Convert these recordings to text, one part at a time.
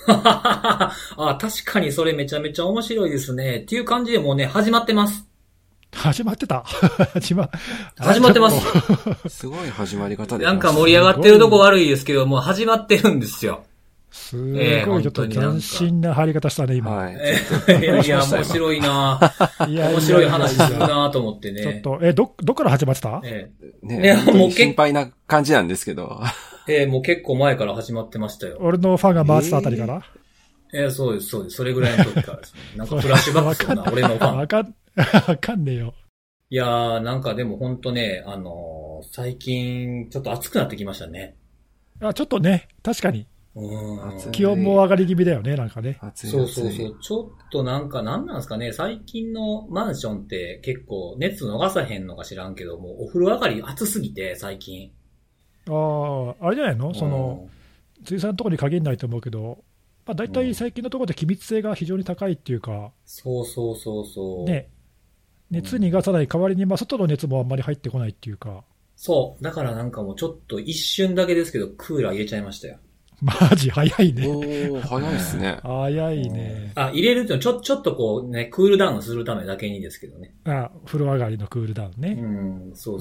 あ、確かにそれめちゃめちゃ面白いですね。っていう感じでもうね、始まってます。 始まってた始まってます。 すごい始まり方で。 なんか盛り上がってるとこ悪いですけど、もう始まってるんですよ。 すごいちょっと斬新な入り方したね、今。 はい。いや、面白いな面白い話するなと思ってね。 ちょっと、どっから始まってた？ ね、もう心配な感じなんですけど。 もう結構前から始まってましたよ。 俺のファンが回ってたあたりから？ そうです、そうです。それぐらいの時からですね。なんかフラッシュバックするな、俺のファン。 わかんねえよ。 いやー、なんかでもほんとね、最近、ちょっと暑くなってきましたね。 ちょっとね、確かに。気温も上がり気味だよね、なんかね。 そうそうそう。ちょっとなんか、なんなんですかね、最近のマンションって結構熱逃さへんのか知らんけども、お風呂上がり暑すぎて、最近。 あれじゃないの？辻さんのところに限らないと思うけど、まあ大体最近のところで気密性が非常に高いっていうか。 そうそうそうそう。 ね。熱逃がさない代わりに、まあ外の熱もあんまり入ってこないっていうか。 そう。だからなんかもうちょっと一瞬だけですけど、クーラー入れちゃいましたよ。 マジ早いね。 早いですね。 早いね。 入れるってちょっとこうね、クールダウンするためだけにですけどね。 風呂上がりのクールダウンね。 そう。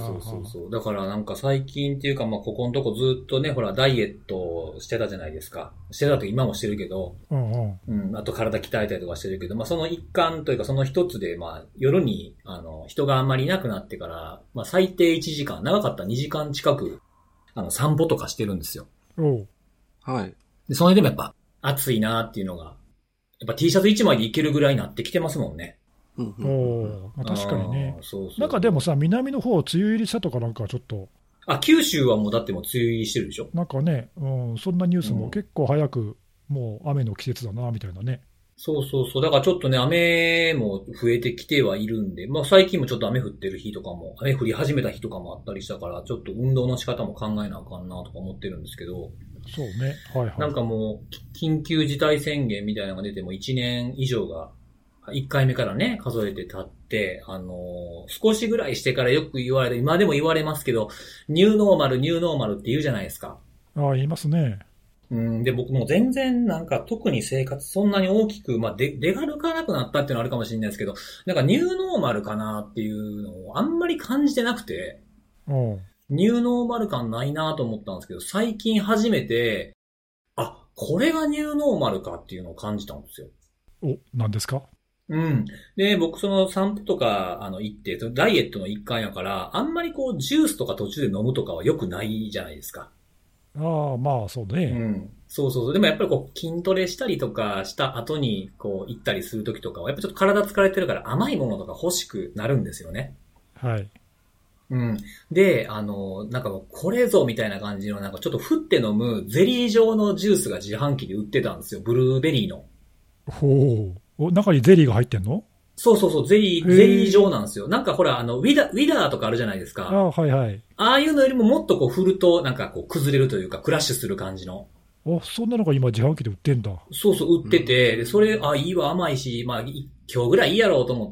だからなんか最近っていうか、まあここのとこずっとね、ほらダイエットしてたじゃないですか。してたと今もしてるけど、あと体鍛えたりとかしてるけど、まあその一環というかその一つで、まあ夜に、人があんまりいなくなってから、まあ最低1時間、長かったら2時間近く、散歩とかしてるんですよ。 はい。 で、それでもやっぱ暑いなっていうのが、やっぱ T シャツ1枚でいけるぐらいになってきてますもんね。 まあ、確かにね。なんかでもさ、南の方、梅雨入りしたとかなんかちょっと。 九州はもうだってもう梅雨入りしてるでしょ？ なんかね、そんなニュースも結構早く、もう雨の季節だな、みたいなね。 そう。だからちょっとね、雨も増えてきてはいるんで、まあ最近もちょっと雨降ってる日とかも、雨降り始めた日とかもあったりしたから、ちょっと運動の仕方も考えなあかんなとか思ってるんですけど。 そうね。はいはい。 なんかもう、緊急事態宣言みたいなのが出ても1年以上が、1回目からね、数えて経って、少しぐらいしてからよく言われる、今でも言われますけど、ニューノーマルって言うじゃないですか。 言いますね。 で、僕も全然なんか特に生活そんなに大きく、まあ、出軽かなくなったっていうのはあるかもしれないですけど、なんかニューノーマルかなっていうのをあんまり感じてなくて、ニューノーマル感ないなと思ったんですけど、最近初めて、これがニューノーマルかっていうのを感じたんですよ。 何ですか？ で、僕その散歩とか、行って、ダイエットの一環やから、あんまりこう、ジュースとか途中で飲むとかは良くないじゃないですか。 まあ、そうね。 そう。でもやっぱりこう、筋トレしたりとかした後に、こう、行ったりするときとかは、やっぱちょっと体疲れてるから甘いものとか欲しくなるんですよね。 はい。 で、なんかもう、これぞみたいな感じの、なんかちょっと振って飲むゼリー状のジュースが自販機で売ってたんですよ。ブルーベリーの。 中にゼリーが入ってんの？ そう、ゼリー状なんですよ。なんかほら、ウィダーとかあるじゃないですか。 はいはい。 ああいうのよりももっとこう振ると、なんかこう崩れるというか、クラッシュする感じの。 そんなのが今自販機で売ってんだ。 そう、売ってて、で、それ、いいわ、甘いし、まあ、今日ぐらいいいやろうと思って、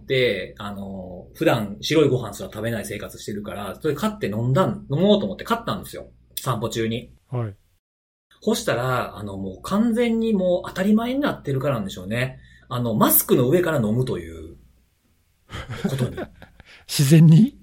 普段白いご飯すら食べない生活してるから、それ買って飲もうと思って買ったんですよ。散歩中に。 はい。 そしたら、もう完全にもう当たり前になってるからなんでしょうね。マスクの上から飲むということに。 自然に？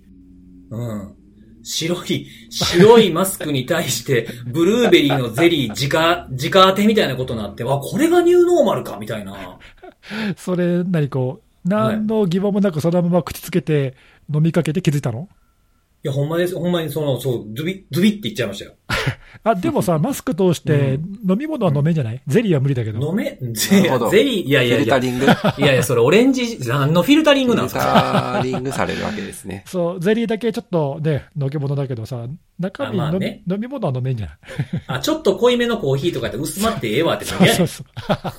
白いマスクに対して、ブルーベリーのゼリー直当てみたいなことになって、これがニューノーマルかみたいな。 それ、何の疑問もなくそのまま口つけて飲みかけて気づいたの？ いや、ほんまにズビって言っちゃいましたよ。 でもさ、マスク通して飲み物は飲めんじゃない？ゼリーは無理だけど。 ゼリー、いや。 フィルタリングいや、それオレンジ、何のフィルタリングなんですか？ フィルタリングされるわけですね。 そう、ゼリーだけちょっとね、のけ物だけどさ、中身飲み物は飲めんじゃない？ ちょっと濃いめのコーヒーとかって薄まってええわって感じ。そう。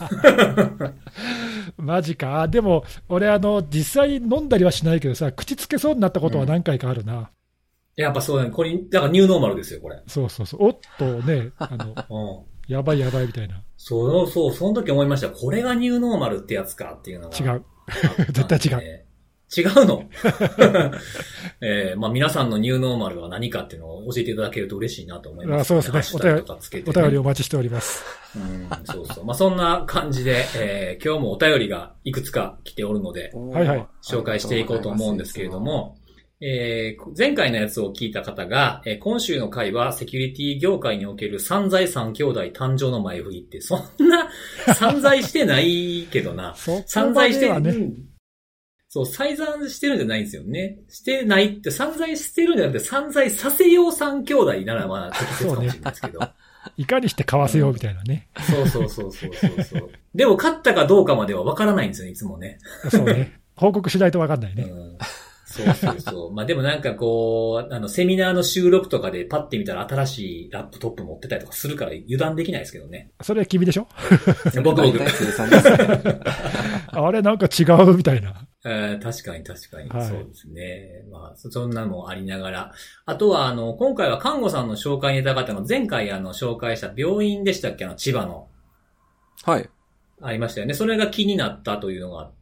マジか。でも、俺実際に飲んだりはしないけどさ、口つけそうになったことは何回かあるな。 やっぱそうだね。これ、だからニューノーマルですよ、これ。 そう。おっとね、やばいみたいな。 その時思いました。これがニューノーマルってやつかっていうのが。 違う。絶対違う。 違うのまあ皆さんのニューノーマルは何かっていうのを教えていただけると嬉しいなと思います、 そうですね。お便りお待ちしております。 そうそう。まあそんな感じで、今日もお便りがいくつか来ておるので、 はいはい。 紹介していこうと思うんですけれども、前回のやつを聞いた方が、今週の回はセキュリティ業界における散財三兄弟誕生の前振りって、そんな散財してないけどな。散財してる、ね。そう、再三してるんじゃないんですよね。してないって、散財してるんじゃなくて、散財させよう三兄弟ならまあ適切かもしれないですけど。 いかにして買わせようみたいなね。 そう。でも勝ったかどうかまでは分からないんですよね、いつもね。 そうね。報告しないと分かんないね。 そう。まあでもなんかこう、セミナーの収録とかでパッて見たら新しいラップトップ持ってたりとかするから油断できないですけどね。 それは君でしょ僕。 あれなんか違うみたいな。 確かに、 はい、 そうですね。まあ、そんなのもありながら。あとは今回は看護さんの紹介にいただいたの、前回紹介した病院でしたっけ千葉の。 はい。 ありましたよね。それが気になったというのがあって、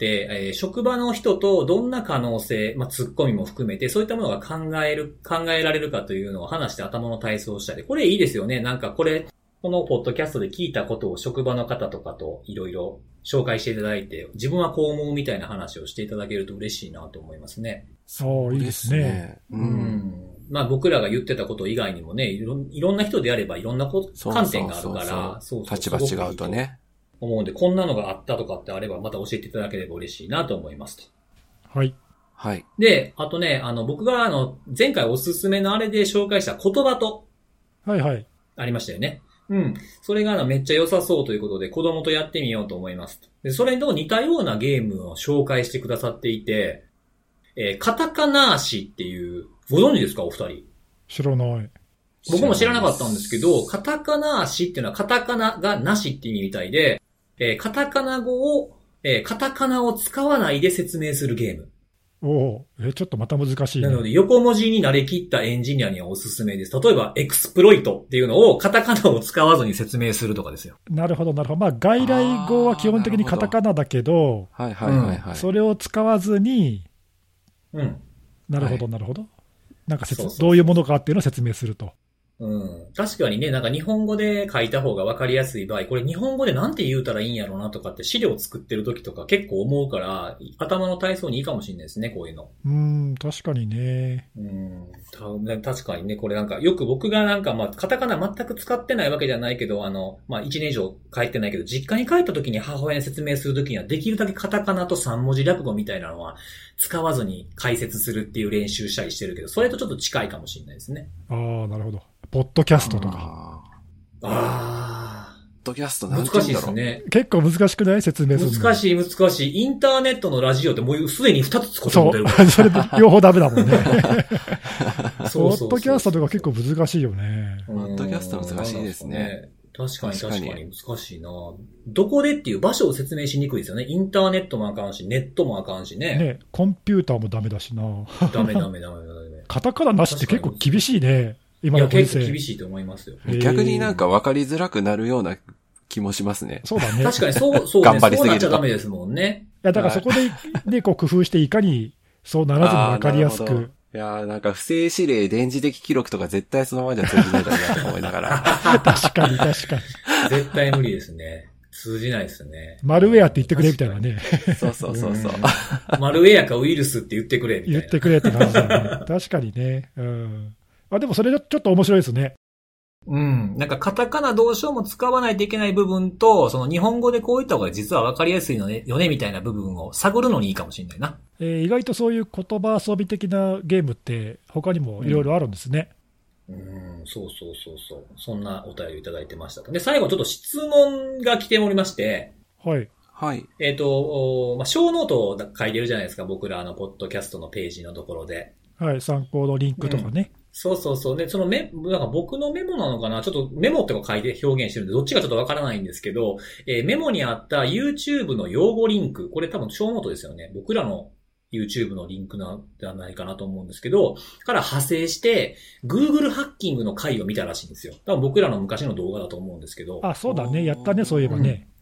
職場の人とどんな可能性、まあ、ツッコミも含めて、そういったものが考えられるかというのを話して頭の体操をしたり、これいいですよね。なんかこのポッドキャストで聞いたことを職場の方とかといろいろ紹介していただいて、自分はこう思うみたいな話をしていただけると嬉しいなと思いますね。 そう、いいですね。 まあ僕らが言ってたこと以外にもね、いろんな人であればいろんな観点があるから、 立場違うとね。 思うんで、こんなのがあったとかってあればまた教えていただければ嬉しいなと思いますと。 はい。 はい。 で、あとね、僕が前回おすすめのあれで紹介した言葉と。 はいはい。 ありましたよね。それがめっちゃ良さそうということで子供とやってみようと思います。で、それと似たようなゲームを紹介してくださっていて、カタカナーシっていう、ご存知ですかお二人？ 知らない。 僕も知らなかったんですけど、カタカナーシっていうのはカタカナがなしって意味みたいで、カタカナ語を、カタカナを使わないで説明するゲーム。 ちょっとまた難しいね。 なので、横文字に慣れきったエンジニアにはおすすめです。例えば、エクスプロイトっていうのをカタカナを使わずに説明するとかですよ。 なるほど。まあ、外来語は基本的にカタカナだけど、それを使わずに、なるほど。なんかどういうものかっていうのを説明すると。 確かにね、なんか日本語で書いた方が分かりやすい場合、これ日本語でなんて言うたらいいんやろうなとかって資料作ってる時とか結構思うから、頭の体操にいいかもしれないですね、こういうの。 確かにね。 確かにね、これなんか、よく僕がなんかまあ、カタカナ全く使ってないわけじゃないけど、まあ1年以上帰ってないけど、実家に帰った時に母親に説明する時には、できるだけカタカナと3文字略語みたいなのは使わずに解説するっていう練習したりしてるけど、それとちょっと近いかもしれないですね。 なるほど。ポッドキャストとか。 ポッドキャストなんて難しいですね。 結構難しくない説明するの。 難しい。インターネットのラジオってもうすでに2つ使ってるから。 それ両方ダメだもんね。ポッドキャストとか結構難しいよね。 ポッドキャスト難しいですね。 確かに難しいな。どこでっていう場所を説明しにくいですよね。インターネットもあかんし、ネットもあかんしね。 コンピューターもダメだしな。 ダメ。 カタカナなしって結構厳しいね。 今の結構厳しいと思いますよ。 逆になんか分かりづらくなるような気もしますね。 そうだね。 確かにそうね。 頑張りすぎると。 そうなっちゃダメですもんね。 だからそこでね、工夫していかにそうならずに分かりやすく。 なんか不正指令、電磁的記録とか絶対そのままじゃ通じないだろうなと思いながら。 確かに。 絶対無理ですね。通じないですね。 マルウェアって言ってくれみたいなね。 そう。 マルウェアかウイルスって言ってくれみたいな。 言ってくれって感じだね。確かにね。でもそれちょっと面白いですね。 なんかカタカナどうしようも使わないといけない部分と、その日本語でこういった方が実は分かりやすいのね、よねみたいな部分を探るのにいいかもしれないな。 意外とそういう言葉遊び的なゲームって他にもいろいろあるんですね。 そう。そんなお便りいただいてました。で、最後ちょっと質問が来ておりまして。 はい。 ショーノートを書いてるじゃないですか、僕らポッドキャストのページのところで。 はい、参考のリンクとかね。 そう。で、なんか僕のメモなのかなちょっとメモって書いて表現してるんで、どっちかちょっとわからないんですけど、メモにあった YouTube の用語リンク、これ多分ショーノートですよね。僕らの YouTube のリンクではないかなと思うんですけど、から派生して、Google ハッキングの回を見たらしいんですよ。多分僕らの昔の動画だと思うんですけど。 そうだね。やったね、そういえばね。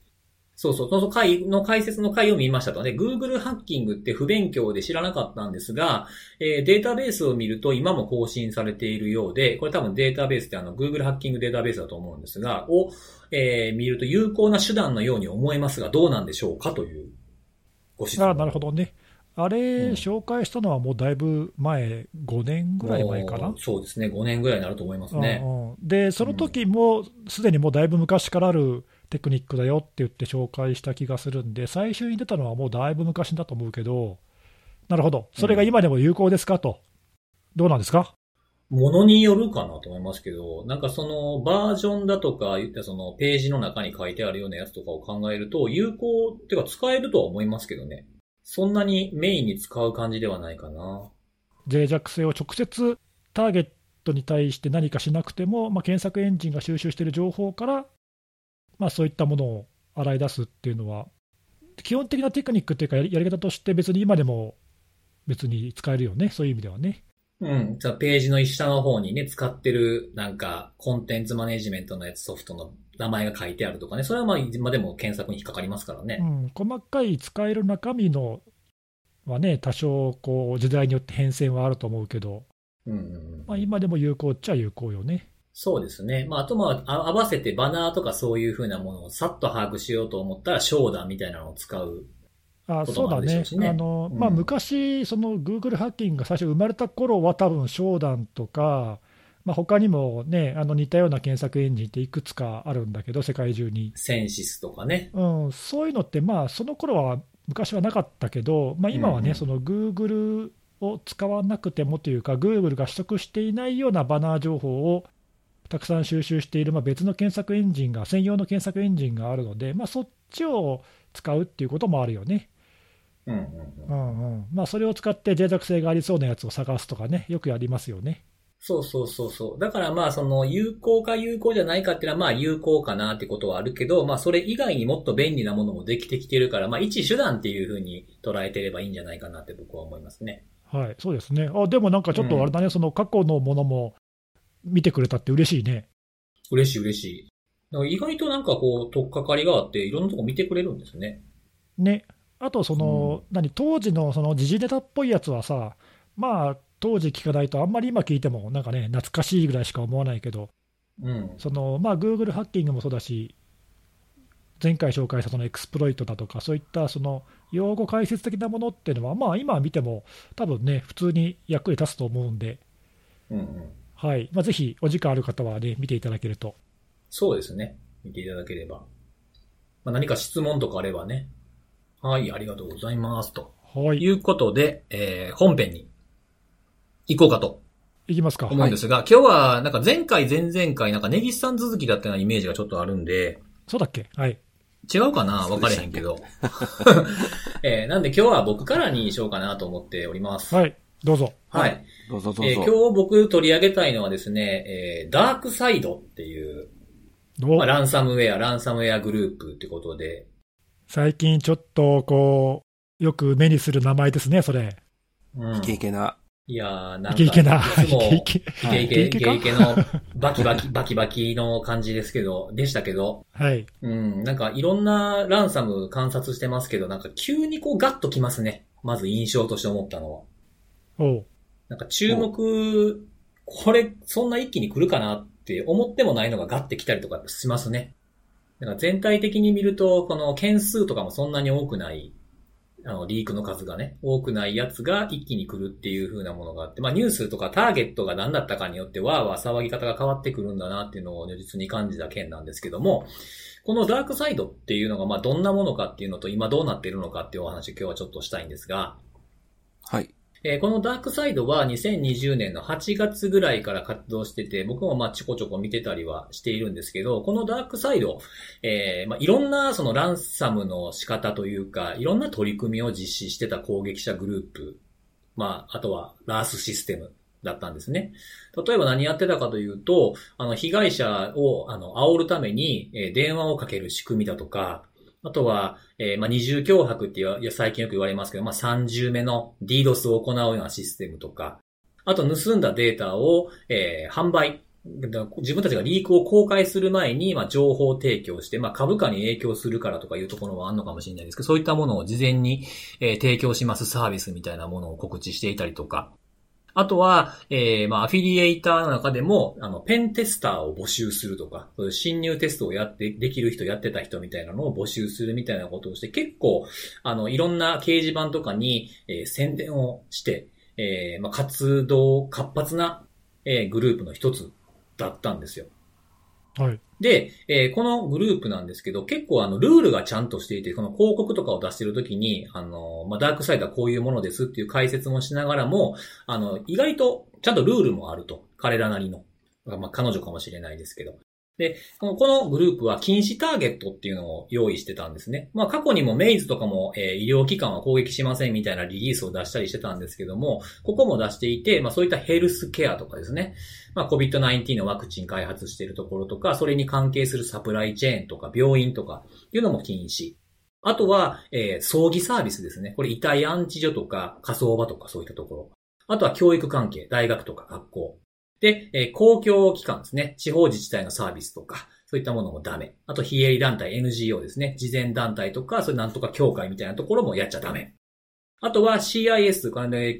そうそう、その回の解説の回を見ましたとね、Google ハッキングって不勉強で知らなかったんですが、データベースを見ると今も更新されているようで、これ多分データベースってGoogle ハッキングデータベースだと思うんですが、見ると有効な手段のように思えますが、どうなんでしょうかというご質問。 なるほどね。あれ、紹介したのはもうだいぶ前、5年ぐらい前かな。 そうですね、5年ぐらいになると思いますね。 で、その時もすでにもうだいぶ昔からあるテクニックだよって言って紹介した気がするんで、最初に出たのはもうだいぶ昔だと思うけど、なるほど、それが今でも有効ですかと、どうなんですか？ ものによるかなと思いますけど、なんかそのバージョンだとか、そのページの中に書いてあるようなやつとかを考えると、有効っていうか使えるとは思いますけどね。そんなにメインに使う感じではないかな。 脆弱性を直接ターゲットに対して何かしなくても、検索エンジンが収集している情報から、そういったものを洗い出すっていうのは、基本的なテクニックっていうか、やり方として別に今でも別に使えるよね、そういう意味ではね。 じゃあページの下の方にね、使ってるなんかコンテンツマネジメントのやつソフトの名前が書いてあるとかね、それは今でも検索に引っかかりますからね。 細かい使える中身のはね、多少こう時代によって変遷はあると思うけど、今でも有効っちゃ有効よね。 そうですね。あと合わせてバナーとかそういう風なものをさっと把握しようと思ったら、ショーダーみたいなのを使う。 そうだね。昔、その Google ハッキングが最初生まれた頃は多分、ショーダンとか、他にもね、似たような検索エンジンっていくつかあるんだけど、世界中に。 センシスとかね。 そういうのって、その頃は昔はなかったけど、今はね、その Google を使わなくてもというか、Google が取得していないようなバナー情報をたくさん収集している、別の検索エンジンが、専用の検索エンジンがあるので、そっちを使うっていうこともあるよね。それを使って脆弱性がありそうなやつを探すとかね、よくやりますよね。 そう。だからその有効か有効じゃないかっていうのは有効かなってことはあるけど、それ以外にもっと便利なものもできてきてるから、一手段っていうふうに捉えてればいいんじゃないかなって僕は思いますね。 はい、そうですね。でもなんかちょっとあれだね、その過去のものも見てくれたって嬉しいね。 嬉しい。意外となんかこう、とっかかりがあって、いろんなとこ見てくれるんですね。 ね。あとその、当時のその時事ネタっぽいやつはさ、当時聞かないとあんまり今聞いてもなんかね、懐かしいぐらいしか思わないけど、そのGoogle ハッキングもそうだし、前回紹介したそのエクスプロイトだとか、そういったその用語解説的なものっていうのは、今見ても多分ね、普通に役に立つと思うんで、はい。ぜひお時間ある方はね、見ていただけると。 そうですね。見ていただければ。何か質問とかあればね。はい、ありがとうございますと。はい。いうことで、本編に行こうかと。 行きますか。 思うんですが、今日はなんか前回前々回なんか根岸さん続きだったようなイメージがちょっとあるんで。 そうだっけ？はい。 違うかな？分かれへんけど。なんで今日は僕からにしようかなと思っております。 はい。どうぞ。 はい。どうぞ。今日僕取り上げたいのはですね、ダークサイドっていう、ランサムウェアグループってことで。 最近ちょっとこう、よく目にする名前ですね、それ。 イケイケな。 いやー、なんか、 イケイケな。 イケイケのバキバキの感じですけど、でしたけど。 はい。 なんかいろんなランサム観察してますけど、なんか急にこうガッときますね。まず印象として思ったのは。なんか注目、これそんな一気に来るかなって思ってもないのがガッて来たりとかしますね。だから全体的に見ると、この件数とかもそんなに多くない、リークの数がね、多くないやつが一気に来るっていう風なものがあって、ニュースとかターゲットが何だったかによってわーわー騒ぎ方が変わってくるんだなっていうのを如実に感じた件なんですけども、このダークサイドっていうのがどんなものかっていうのと今どうなっているのかっていうお話を今日はちょっとしたいんですが、 はい。 このダークサイドは2020年の8月ぐらいから活動してて、僕もちょこちょこ見てたりはしているんですけど、このダークサイド、いろんなそのランサムの仕方というか、いろんな取り組みを実施してた攻撃者グループ、あとはラースシステムだったんですね。例えば何やってたかというと、被害者を煽るために、電話をかける仕組みだとか、あとは、二重脅迫って最近よく言われますけど、三重目の DDoS を行うようなシステムとか、あと盗んだデータを、販売自分たちがリークを公開する前に、情報提供して、株価に影響するからとかいうところはあるのかもしれないですけど、そういったものを事前に、提供しますサービスみたいなものを告知していたりとか、あとは、アフィリエイターの中でも、ペンテスターを募集するとか、そういう侵入テストをできる人、やってた人みたいなのを募集するみたいなことをして、結構、いろんな掲示板とかに、宣伝をして、活発な、グループの一つだったんですよ。 はい。 で、このグループなんですけど、結構ルールがちゃんとしていて、この広告とかを出してるときに、ダークサイドはこういうものですっていう解説もしながらも、意外とちゃんとルールもあると。彼らなりの。彼女かもしれないですけど。で、このグループは禁止ターゲットっていうのを用意してたんですね。過去にもメイズとかも、医療機関は攻撃しませんみたいなリリースを出したりしてたんですけども、ここも出していて、そういったヘルスケアとかですね。COVID-19 のワクチン開発しているところとか、それに関係するサプライチェーンとか病院とかいうのも禁止。あとは、葬儀サービスですね。これ遺体安置所とか火葬場とかそういったところ。あとは教育関係、大学とか学校。で、公共機関ですね。地方自治体のサービスとか、そういったものもダメ。あと、非営利団体 NGO ですね。慈善団体とか、そういうなんとか協会みたいなところもやっちゃダメ。あとは CIS、これ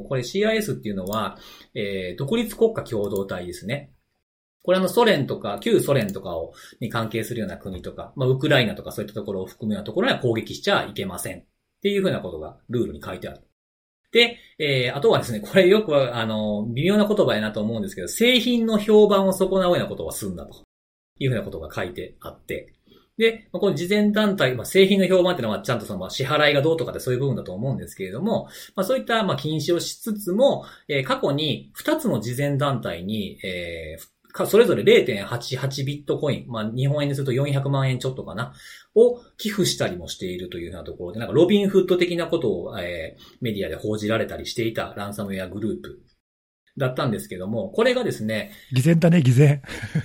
CIS っていうのは、独立国家共同体ですね。これソ連とか、旧ソ連とかに関係するような国とか、ウクライナとかそういったところを含むようなところには攻撃しちゃいけません。っていうふうなことがルールに書いてある。で、あとはですね、これよく微妙な言葉やなと思うんですけど、製品の評判を損なうようなことはすんだというふうなことが書いてあって、で、この慈善団体、製品の評判っていうのはちゃんと支払いがどうとかでそういう部分だと思うんですけれども、そういった禁止をしつつも、過去に2つの慈善団体に、それぞれ 0.88 ビットコイン、日本円にすると400万円ちょっとかな、を寄付したりもしているというようなところで、ロビンフッド的なことを、メディアで報じられたりしていたランサムウェアグループだったんですけども、これがですね。 偽善だね、偽善。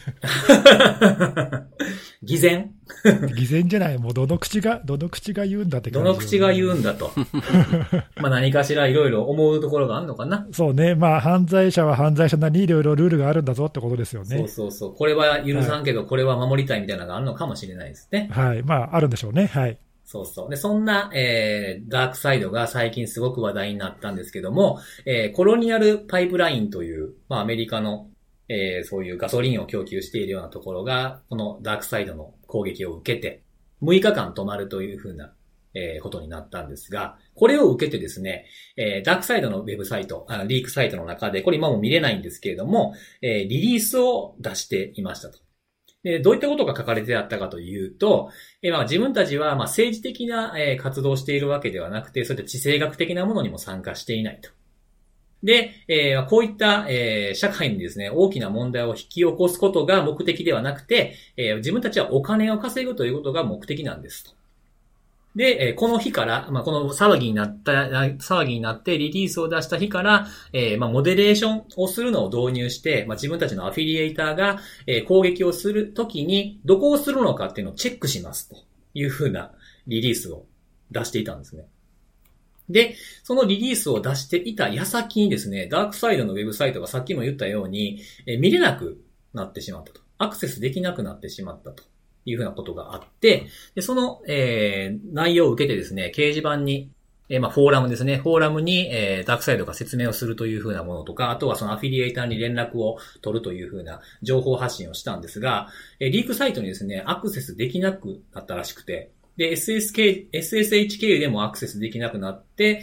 偽善偽善じゃない。もうどの口が言うんだって感じ、 どの口が言うんだと。何かしらいろいろ思うところがあるのかな。 そうね。犯罪者は犯罪者なりにいろいろルールがあるんだぞってことですよね。 そう。これは許さんけど、これは守りたいみたいなのがあるのかもしれないですね。 はい。あるんでしょうね。はい。 そう。で、そんな、ダークサイドが最近すごく話題になったんですけども、コロニアルパイプラインという、アメリカの、そういうガソリンを供給しているようなところが、このダークサイドの攻撃を受けて、6日間止まるというふうな、ことになったんですが、これを受けてですね、ダークサイドのウェブサイト、リークサイトの中で、これ今も見れないんですけれども、リリースを出していましたと。で、どういったことが書かれてあったかというと、自分たちは政治的な活動をしているわけではなくて、そういった地政学的なものにも参加していないと。で、こういった社会にですね、大きな問題を引き起こすことが目的ではなくて、自分たちはお金を稼ぐということが目的なんですと。で、この日から、この騒ぎになってリリースを出した日から、モデレーションをするのを導入して、自分たちのアフィリエイターが、攻撃をするときに、どこをするのかっていうのをチェックしますというふうなリリースを出していたんですね。で、そのリリースを出していた矢先にですね、ダークサイドのウェブサイトがさっきも言ったように、見れなくなってしまったと。アクセスできなくなってしまったと。いうふうなことがあって、でその、内容を受けてですね、掲示板に、フォーラムですね、フォーラムに、ダークサイドが説明をするというふうなものとか、あとはそのアフィリエイターに連絡を取るというふうな情報発信をしたんですが、リークサイトにですね、アクセスできなくなったらしくて、で、SSH 経由でもアクセスできなくなって、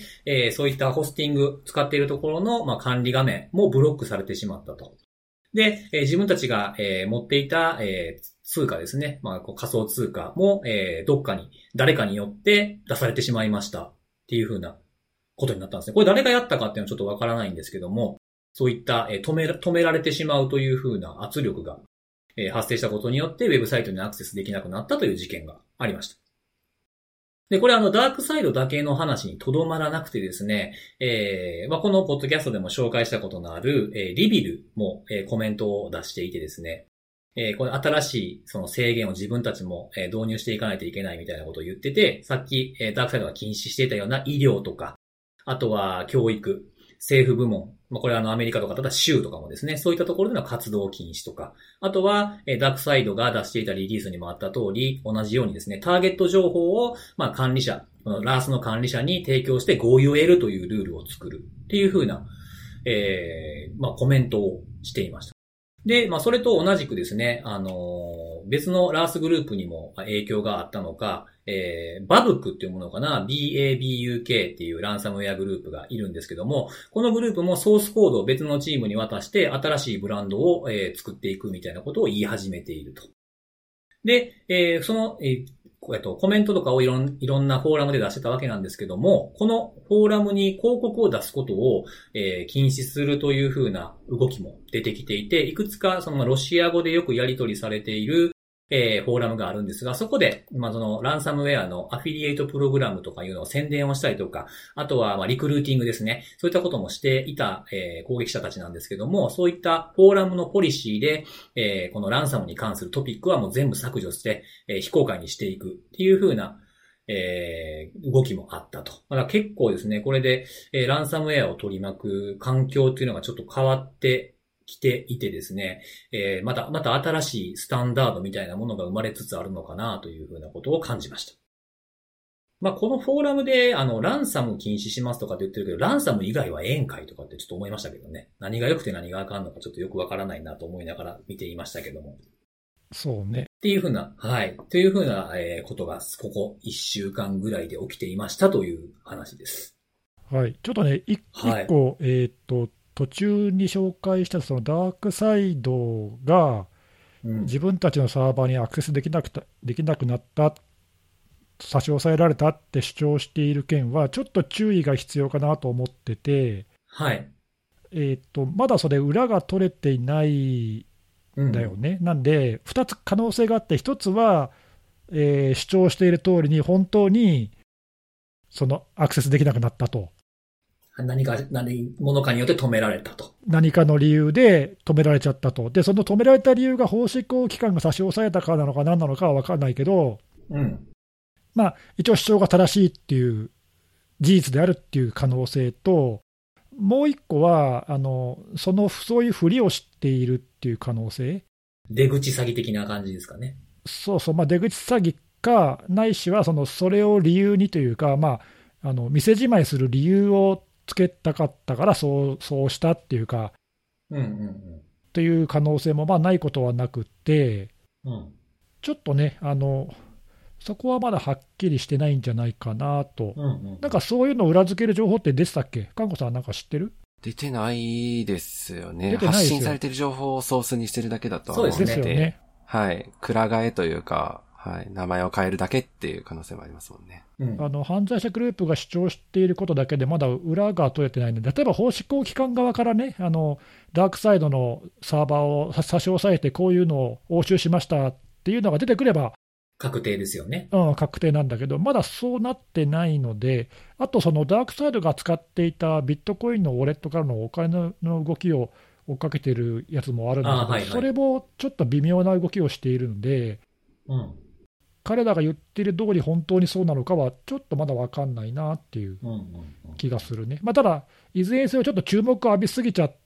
そういったホスティング使っているところの、管理画面もブロックされてしまったと。で、自分たちが、持っていた、通貨ですね。仮想通貨も、誰かによって出されてしまいましたっていう風なことになったんですね。これ誰がやったかっていうのはちょっとわからないんですけども、そういった、止められてしまうという風な圧力が、発生したことによってウェブサイトにアクセスできなくなったという事件がありました。で、これダークサイドだけの話にとどまらなくてですね、このポッドキャストでも紹介したことのある、リビルも、コメントを出していてですね、これ新しいその制限を自分たちも導入していかないといけないみたいなことを言ってて、さっきダークサイドが禁止していたような医療とか、あとは教育、政府部門、 これアメリカとか、ただ州とかもですね、そういったところでの活動禁止とか、あとは、ダークサイドが出していたリリースにもあった通り、同じようにですね、ターゲット情報を、管理者、このラースの管理者に提供して合意を得るというルールを作るっていう風な、コメントをしていました。で、それと同じくですね、別のラースグループにも影響があったのか、バブクっていうものかな、BABUK っていうランサムウェアグループがいるんですけども、このグループもソースコードを別のチームに渡して新しいブランドを、作っていくみたいなことを言い始めていると。で、その、コメントとかをいろんなフォーラムで出してたわけなんですけども、このフォーラムに広告を出すことを、禁止するという風な動きも出てきていて、いくつかそのロシア語でよくやり取りされているフォーラムがあるんですが、そこで、そのランサムウェアのアフィリエイトプログラムとかいうのを宣伝をしたりとか、あとはリクルーティングですね。そういったこともしていた、攻撃者たちなんですけども、そういったフォーラムのポリシーで、このランサムに関するトピックはもう全部削除して、非公開にしていくっていう風な、動きもあったと。だから結構ですね、これで、ランサムウェアを取り巻く環境っていうのがちょっと変わって来ていてですね、また新しいスタンダードみたいなものが生まれつつあるのかなというふうなことを感じました。このフォーラムで、ランサム禁止しますとかって言ってるけど、ランサム以外はええんかいとかってちょっと思いましたけどね。何が良くて何があかんのかちょっとよくわからないなと思いながら見ていましたけども。 そうね。 っていうふうな、はい。というふうな、ことが、ここ1週間ぐらいで起きていましたという話です。 はい。ちょっとね、一個、途中に紹介したそのダークサイドが自分たちのサーバーにアクセスできなくなった、差し押さえられたって主張している件はちょっと注意が必要かなと思ってて、 はい。 まだそれ裏が取れていないんだよね。なんで2つ可能性があって、1つは、主張している通りに本当にそのアクセスできなくなったと。 何者かによって止められたと。 何かの理由で止められちゃったと。で、その止められた理由が法執行機関が差し押さえたからなのか何なのかは分からないけど、一応主張が正しいっていう、事実であるっていう可能性と、もう一個は、そういうふりをしているっていう可能性。 出口詐欺的な感じですかね。 そうそう、出口詐欺か、ないしはそれを理由にというか、店じまいする理由をつけたかったからそうしたっていうか、という可能性もないことはなくて、ちょっとね、そこはまだはっきりしてないんじゃないかなと、なんかそういうのを裏付ける情報って出てたっけ、かんこさん、なんか知ってる？ 出てないですよね。発信されてる情報をソースにしてるだけだとは思うので、 そうですよね。 はい、くら替えというか、はい、名前を変えるだけっていう可能性もありますもんね。 犯罪者グループが主張していることだけでまだ裏が取れてないので、例えば法執行機関側からね、ダークサイドのサーバーを差し押さえてこういうのを押収しましたっていうのが出てくれば確定ですよね。 確定なんだけど、まだそうなってないので、あとそのダークサイドが使っていたビットコインのウォレットからのお金の動きを追っかけてるやつもあるんだけど、それもちょっと微妙な動きをしているので、彼らが言ってる通り本当にそうなのかはちょっとまだ分かんないなっていう気がするね。ただいずれにせよちょっと注目を浴びすぎちゃって、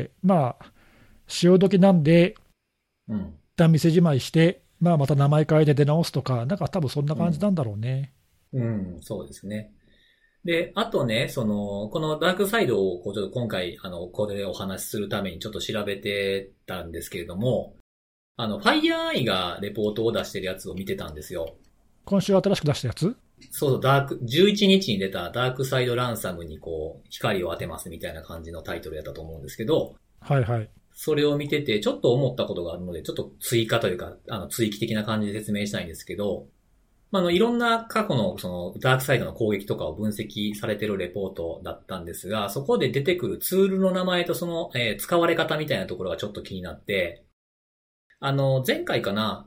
潮時なんで一旦店じまいして、また名前変えて出直すとか、なんか多分そんな感じなんだろうね。 そうですね。で、あとね、このダークサイドをちょっと今回、これでお話しするためにちょっと調べてたんですけれども、ファイヤーアイがレポートを出してるやつを見てたんですよ。 今週新しく出したやつ？ そう、11日に出たダークサイドランサムに光を当てますみたいな感じのタイトルやったと思うんですけど、 はいはい。 それを見てて、ちょっと思ったことがあるので、ちょっと追加というか、追記的な感じで説明したいんですけど、いろんな過去のそのダークサイドの攻撃とかを分析されてるレポートだったんですが、そこで出てくるツールの名前とその、使われ方みたいなところがちょっと気になって、前回か前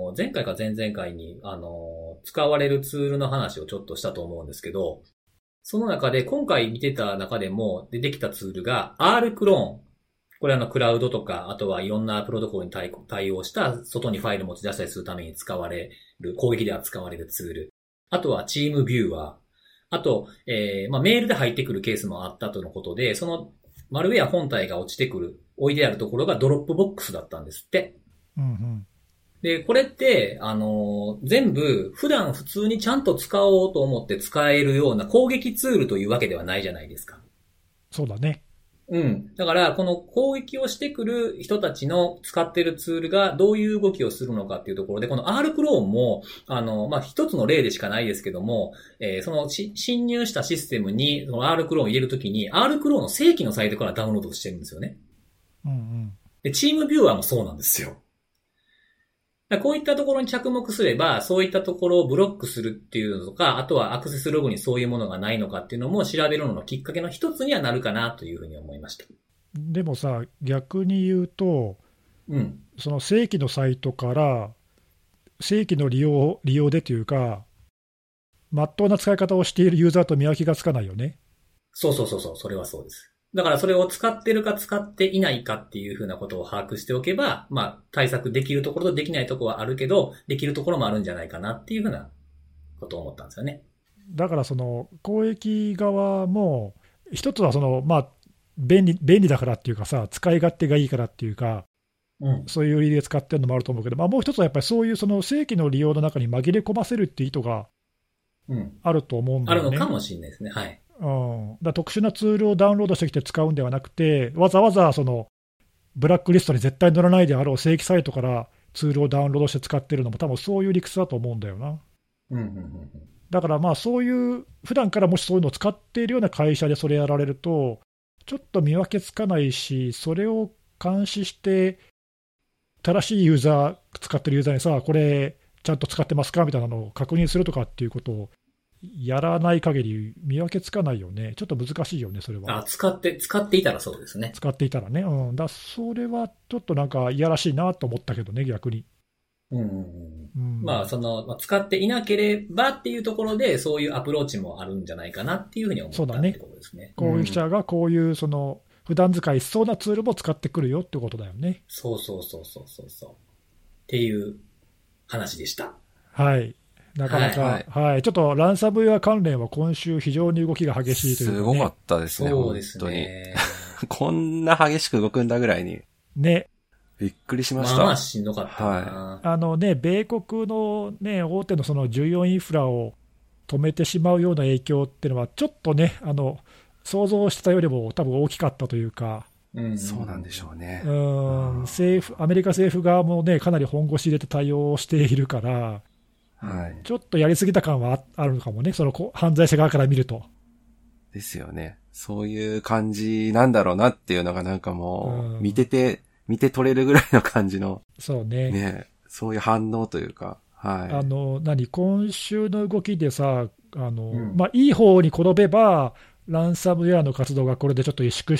々回に、使われるツールの話をちょっとしたと思うんですけど、その中で今回見てた中でも出てきたツールが R クローン。これクラウドとか、あとはいろんなプロトコルに対応した外にファイル持ち出したりするために使われる、攻撃では使われるツール。あとはチームビューワー。あと、メールで入ってくるケースもあったとのことで、そのマルウェア本体が落ちてくる、置いてあるところがドロップボックスだったんですって。 うんうん、 で、これって、全部普段普通にちゃんと使おうと思って使えるような攻撃ツールというわけではないじゃないですか。 そうだね。 うん。だから、この攻撃をしてくる人たちの使ってるツールがどういう動きをするのかっていうところで、この R クローンも、一つの例でしかないですけども、その侵入したシステムに、その R クローンを入れるときに、R クローンの正規のサイトからダウンロードしてるんですよね。 うんうん。 で、チームビューアーもそうなんですよ。こういったところに着目すれば、そういったところをブロックするっていうのとか、あとはアクセスログにそういうものがないのかっていうのも調べるののきっかけの一つにはなるかなというふうに思いました。 でもさ、逆に言うと、 うん、 その正規のサイトから正規の利用でというか、まっとうな使い方をしているユーザーと見分けがつかないよね。 そう、それはそうです。だからそれを使ってるか使っていないかっていうふうなことを把握しておけば、対策できるところとできないところはあるけど、できるところもあるんじゃないかなっていうふうなことを思ったんですよね。 だからその公益側も、一つはその、便利だからっていうかさ、使い勝手がいいからっていうか、そういう理由で使ってるのもあると思うけど、もう一つはやっぱりそういうその正規の利用の中に紛れ込ませるっていう意図があると思うんだよね。 あるのかもしれないですね。はい。 だ特殊なツールをダウンロードしてきて使うんではなくて、わざわざそのブラックリストに絶対載らないであろう正規サイトからツールをダウンロードして使ってるのも、多分そういう理屈だと思うんだよな。だからそういう、普段からもしそういうのを使っているような会社でそれやられると、ちょっと見分けつかないし、それを監視して、正しいユーザー、使ってるユーザーにさ、これ、ちゃんと使ってますかみたいなのを確認するとかっていうことをやらない限り見分けつかないよね。ちょっと難しいよね、それは。 使っていたらそうですね。 使っていたらね。それはちょっとなんかいやらしいなと思ったけどね、逆に。 使っていなければっていうところで、そういうアプローチもあるんじゃないかなっていうふうに思ったってことですね。 攻撃者がこういうその普段使いしそうなツールも使ってくるよってことだよね。 そう。っていう話でした。 はい。なかなか、はい。ちょっとランサムウェア関連は今週非常に動きが激しいというか、ね。 すごかったですね、 そうですね。 こんな激しく動くんだぐらいに。 ね。 びっくりしました。 しんどかったな。 米国のね、大手のその重要インフラを止めてしまうような影響っていうのは、ちょっとね、想像してたよりも多分大きかったというか。 そうなんでしょうね。 アメリカ政府側もね、かなり本腰入れて対応しているから、ちょっとやりすぎた感はあるのかもね、その犯罪者側から見ると。 ですよね。そういう感じなんだろうなっていうのがなんかもう、見て取れるぐらいの感じの。 そうね。 ね、そういう反応というか。 今週の動きでさ、いい方に転べば、ランサムウェアの活動がこれでちょっと萎縮して、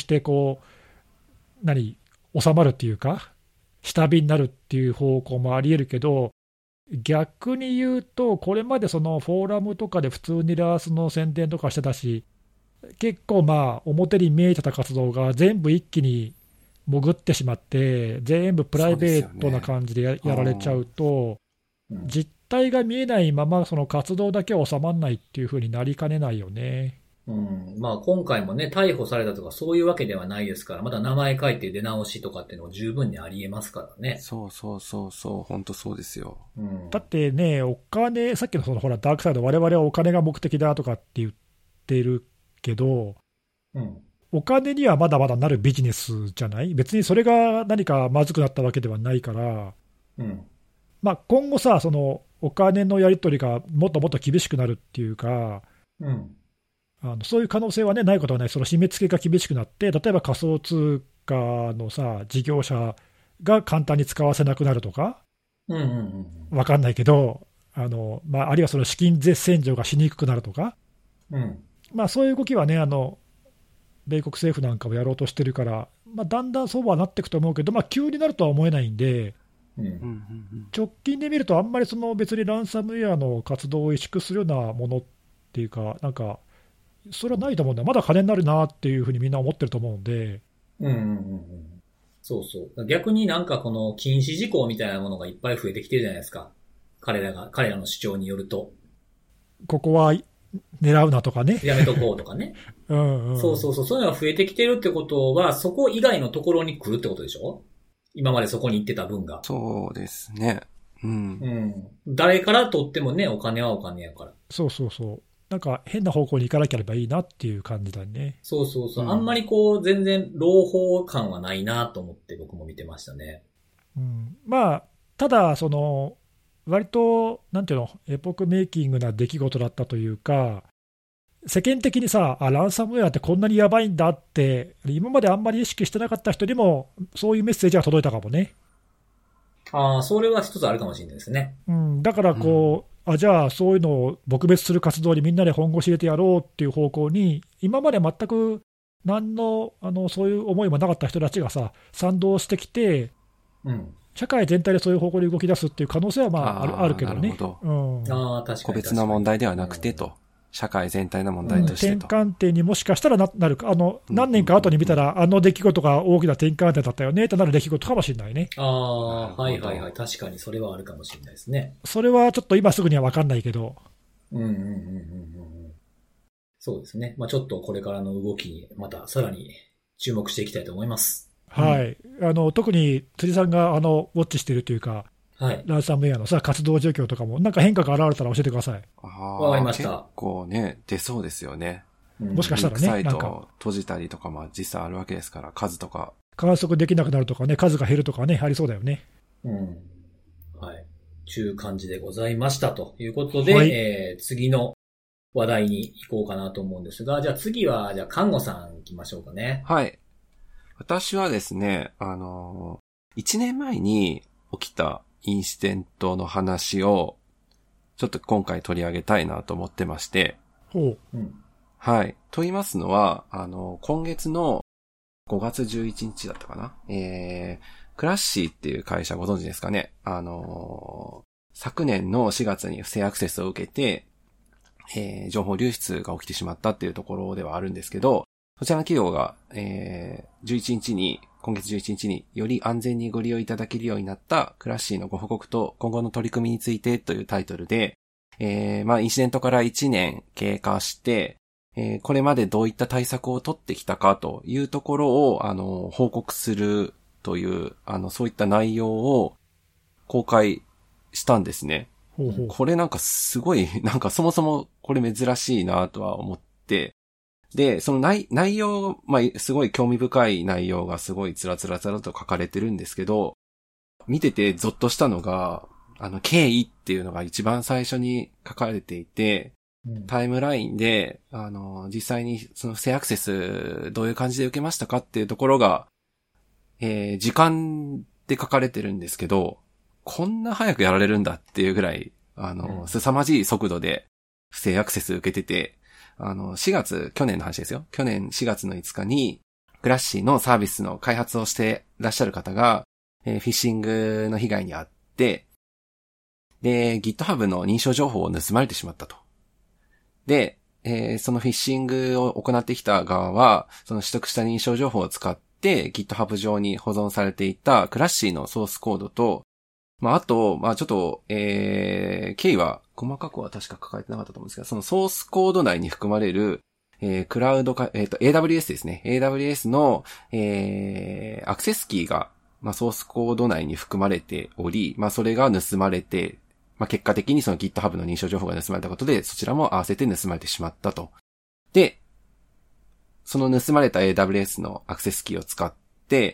収まるっていうか、下火になるっていう方向もあり得るけど、逆に言うと、これまでそのフォーラムとかで普通にラースの宣伝とかしてたし、結構表に見えてた活動が全部一気に潜ってしまって、全部プライベートな感じで やられちゃうと、実態が見えないまま、その活動だけは収まらないっていう風になりかねないよね。 今回もね、逮捕されたとかそういうわけではないですから、また名前書いて出直しとかっていうのも十分にあり得ますからね。 そう、本当そうですよ。 だってね、さっきのほら、ダークサイド、我々はお金が目的だとかって言ってるけど、お金にはまだまだなるビジネスじゃない？別にそれが何かまずくなったわけではないから、今後さ、そのお金のやり取りがもっともっと厳しくなるっていうか、そういう可能性はね、ないことはない。その締め付けが厳しくなって、例えば仮想通貨のさ、事業者が簡単に使わせなくなるとか、わかんないけど、あるいはその資金絶洗浄がしにくくなるとか、そういう動きはね、米国政府なんかもやろうとしてるから、だんだんそうはなっていくと思うけど、急になるとは思えないんで、直近で見ると、あんまりその別にランサムウェアの活動を萎縮するようなものっていうか、なんか、それはないと思うんだよ。まだ金になるなっていうふうにみんな思ってると思うんで。 そう。逆になんかこの禁止事項みたいなものがいっぱい増えてきてるじゃないですか。彼らの主張によると。 ここは狙うなとかね。 やめとこうとかね。 うんうん。 そういうのが増えてきてるってことは、そこ以外のところに来るってことでしょ？今までそこに行ってた分が。 そうですね。うん。 誰から取ってもね、お金はお金やから。 そう。なんか変な方向に行かなければいいなっていう感じだね。 そう。あんまりこう、全然朗報感はないなと思って僕も見てましたね。 まあ、ただ、割と、なんていうの、エポックメイキングな出来事だったというか、世間的にさ、ランサムウェアってこんなにやばいんだって、今まであんまり意識してなかった人にも、そういうメッセージが届いたかもね。 それは一つあるかもしれないですね。 だからじゃあそういうのを撲滅する活動にみんなで本腰入れてやろうっていう方向に、今まで全く何の、そういう思いもなかった人たちがさ、賛同してきて、社会全体でそういう方向に動き出すっていう可能性はあるけどね。 なるほど。 確かに。 個別の問題ではなくてと。社会全体の問題としてと。 転換点にもしかしたら なるか。何年か後に見たら、出来事が大きな転換点だったよね、となる出来事かもしれないね。 はい。確かにそれはあるかもしれないですね。 それはちょっと今すぐには分かんないけど。 そうですね。ちょっとこれからの動きに、またさらに注目していきたいと思います。 はい。特に辻さんがウォッチしてるというか、ランサムウェアのさ、活動状況とかも、なんか変化が現れたら教えてください。 わかりました。 結構ね、出そうですよね。 もしかしたらね、 サイト閉じたりとかも実際あるわけですから、数とか。 観測できなくなるとかね、数が減るとかね、ありそうだよね。 はい。ちゅう感じでございましたということで、次の話題に行こうかなと思うんですが、じゃあ次は、看護さん行きましょうかね。 はい。私はですね、1年前に起きたインシデントの話を、ちょっと今回取り上げたいなと思ってまして。はい。と言いますのは、今月の5月11日だったかな。クラッシーっていう会社ご存知ですかね。昨年の4月に不正アクセスを受けて、情報流出が起きてしまったっていうところではあるんですけど、そちらの企業が、今月11日により安全にご利用いただけるようになったクラッシーのご報告と今後の取り組みについてというタイトルで、インシデントから1年経過して、これまでどういった対策を取ってきたかというところを、報告するという、そういった内容を公開したんですね。これなんかすごい、なんかそもそもこれ珍しいなとは思って、で、その内容、すごい興味深い内容がすごいつらと書かれてるんですけど、見ててゾッとしたのが、経緯っていうのが一番最初に書かれていて、タイムラインで、実際にその不正アクセスどういう感じで受けましたかっていうところが、時間で書かれてるんですけど、こんな早くやられるんだっていうぐらい、凄まじい速度で不正アクセス受けてて、去年の話ですよ。去年4月の5日に、クラッシーのサービスの開発をしてらっしゃる方が、フィッシングの被害に遭って、で、GitHub の認証情報を盗まれてしまったと。で、そのフィッシングを行ってきた側は、その取得した認証情報を使って GitHub 上に保存されていたクラッシーのソースコードと、あと、ちょっと、経緯は細かくは確か書かれてなかったと思うんですけど、そのソースコード内に含まれる、クラウドか、AWS ですね。AWS の、アクセスキーが、ソースコード内に含まれており、それが盗まれて、結果的にその GitHub の認証情報が盗まれたことで、そちらも合わせて盗まれてしまったと。で、その盗まれた AWS のアクセスキーを使って、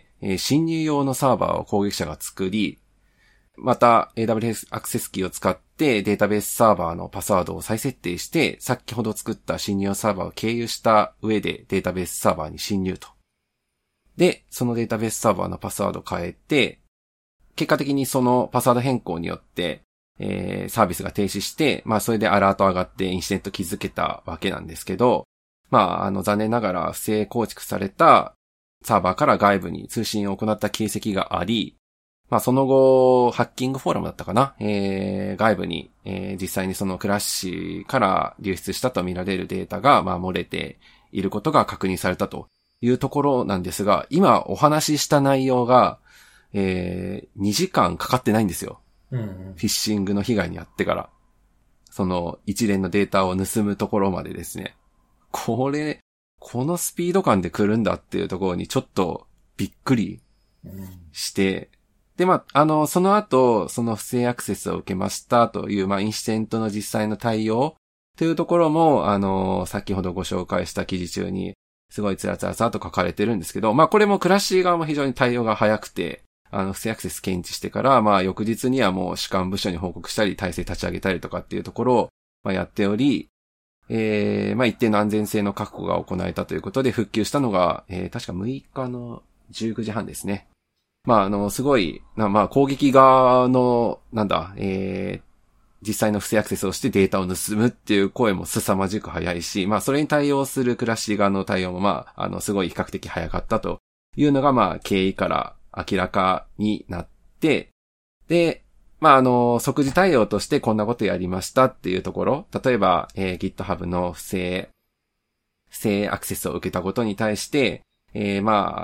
侵入用のサーバーを攻撃者が作り、また AWS アクセスキーを使ってデータベースサーバーのパスワードを再設定して、先ほど作った侵入用サーバーを経由した上でデータベースサーバーに侵入と。で、そのデータベースサーバーのパスワードを変えて、結果的にそのパスワード変更によって、サービスが停止して、それでアラート上がってインシデント気づけたわけなんですけど、残念ながら不正構築されたサーバーから外部に通信を行った形跡があり、その後、ハッキングフォーラムだったかな、外部に、実際にそのクラッシーから流出したとみられるデータが、漏れていることが確認されたというところなんですが、今お話しした内容が、2時間かかってないんですよ。フィッシングの被害に遭ってから。 その一連のデータを盗むところまでですね。このスピード感で来るんだっていうところにちょっとびっくりして、で、その後、その不正アクセスを受けましたという、インシデントの実際の対応というところも、先ほどご紹介した記事中に、すごいつらつらと書かれてるんですけど、これもクラッシー側も非常に対応が早くて、不正アクセス検知してから、翌日にはもう主管部署に報告したり、体制立ち上げたりとかっていうところを、やっており、一定の安全性の確保が行えたということで復旧したのが、確か6日の19時半ですね。すごい、攻撃側の、実際の不正アクセスをしてデータを盗むっていう声も凄まじく早いし、それに対応するクラッシー側の対応も、すごい比較的早かったというのが、経緯から明らかになって、で、即時対応としてこんなことやりましたっていうところ、例えば、GitHub の不正アクセスを受けたことに対して、い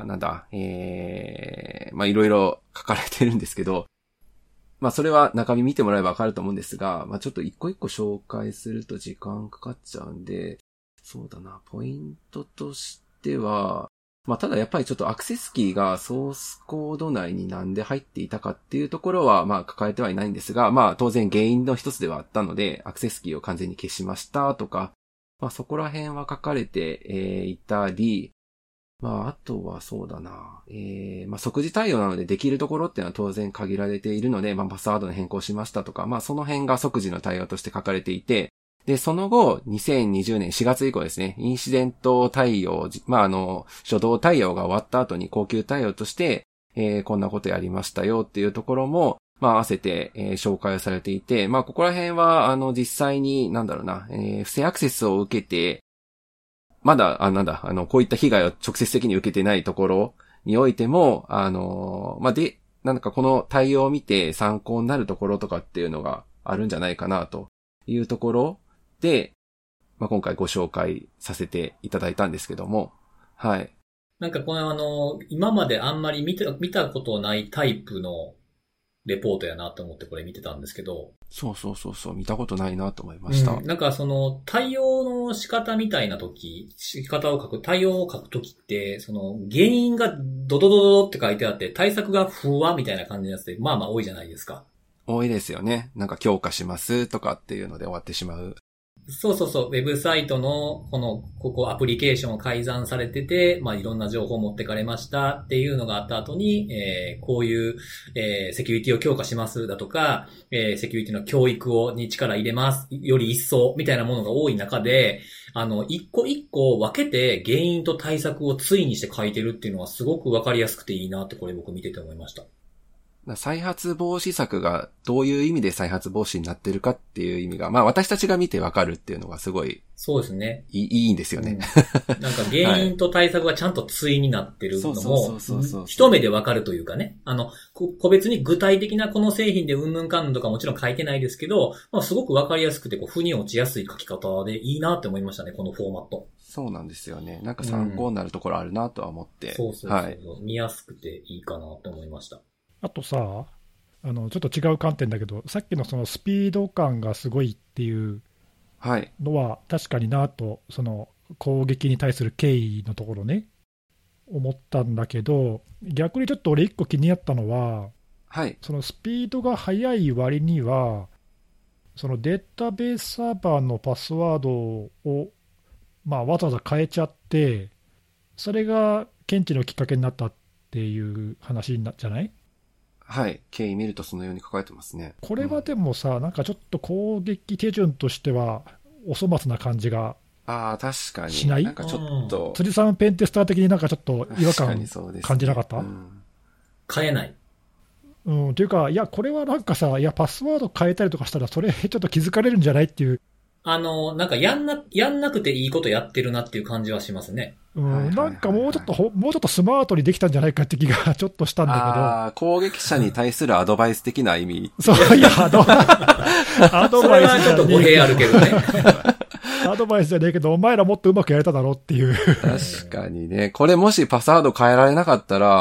ろいろ書かれてるんですけど、それは中身見てもらえばわかると思うんですが、ちょっと一個一個紹介すると時間かかっちゃうんで、そうだな、ポイントとしては、ただやっぱりちょっとアクセスキーがソースコード内になんで入っていたかっていうところは、抱えてはいないんですが、当然原因の一つではあったので、アクセスキーを完全に消しましたとか、そこら辺は書かれて、いたり、あとはそうだな。即時対応なのでできるところっていうのは当然限られているので、パスワードの変更しましたとか、その辺が即時の対応として書かれていて、で、その後、2020年4月以降ですね、インシデント対応、初動対応が終わった後に恒久対応として、こんなことやりましたよっていうところも、合わせて、紹介されていて、ここら辺は、実際に、不正アクセスを受けて、まだ、こういった被害を直接的に受けてないところにおいても、この対応を見て参考になるところとかっていうのがあるんじゃないかなというところで、今回ご紹介させていただいたんですけども、はい。 今まであんまり見たことないタイプのレポートやなと思ってこれ見てたんですけど。 そう、見たことないなと思いました。 対応の仕方みたいな対応を書くときって、原因がドドドドって書いてあって、対策が不和みたいな感じのやつで、多いじゃないですか。 多いですよね。強化しますとかっていうので終わってしまう。 そう。ウェブサイトの、ここアプリケーションを改ざんされてて、いろんな情報を持ってかれましたっていうのがあった後に、こういう、セキュリティを強化しますだとか、セキュリティの教育に力入れます。より一層みたいなものが多い中で、一個一個分けて原因と対策を対にして書いてるっていうのはすごくわかりやすくていいなってこれ僕見てて思いました。 再発防止策がどういう意味で再発防止になってるかっていう意味が、私たちが見てわかるっていうのがすごい。 そうですね。 いいんですよね。 原因と対策がちゃんと対になってるのも、一目でわかるというかね。個別に具体的なこの製品でうんぬんかんぬんとかもちろん書いてないですけど、すごくわかりやすくて、腑に落ちやすい書き方でいいなって思いましたね、このフォーマット。 そうなんですよね。参考になるところあるなとは思って。 そう。はい、見やすくていいかなと思いました。 あとさ、ちょっと違う観点だけど、さっきのそのスピード感がすごいっていうのは確かになと、その攻撃に対する敬意のところね、思ったんだけど、逆にちょっと俺一個気になったのは、そのスピードが速い割には、そのデータベースサーバーのパスワードを、わざわざ変えちゃって、それが検知のきっかけになったっていう話じゃない？ はい。経緯見るとそのように書かれてますね。 これはでもさ、ちょっと攻撃手順としてはお粗末な感じが確かにしない？ ちょっと。 辻さんペンテスター的にちょっと違和感感じなかった？ 変えない。 というか、いや、これはパスワード変えたりとかしたら、それちょっと気づかれるんじゃないっていう。 やんなくていいことやってるなっていう感じはしますね。 もうちょっとスマートにできたんじゃないかって気がちょっとしたんだけど。攻撃者に対するアドバイス的な意味。 そう、いや、アドバイス。それはちょっと語弊あるけどね。 アドバイスじゃねえけど、お前らもっとうまくやれただろうっていう。 確かにね。これもしパスワード変えられなかったら、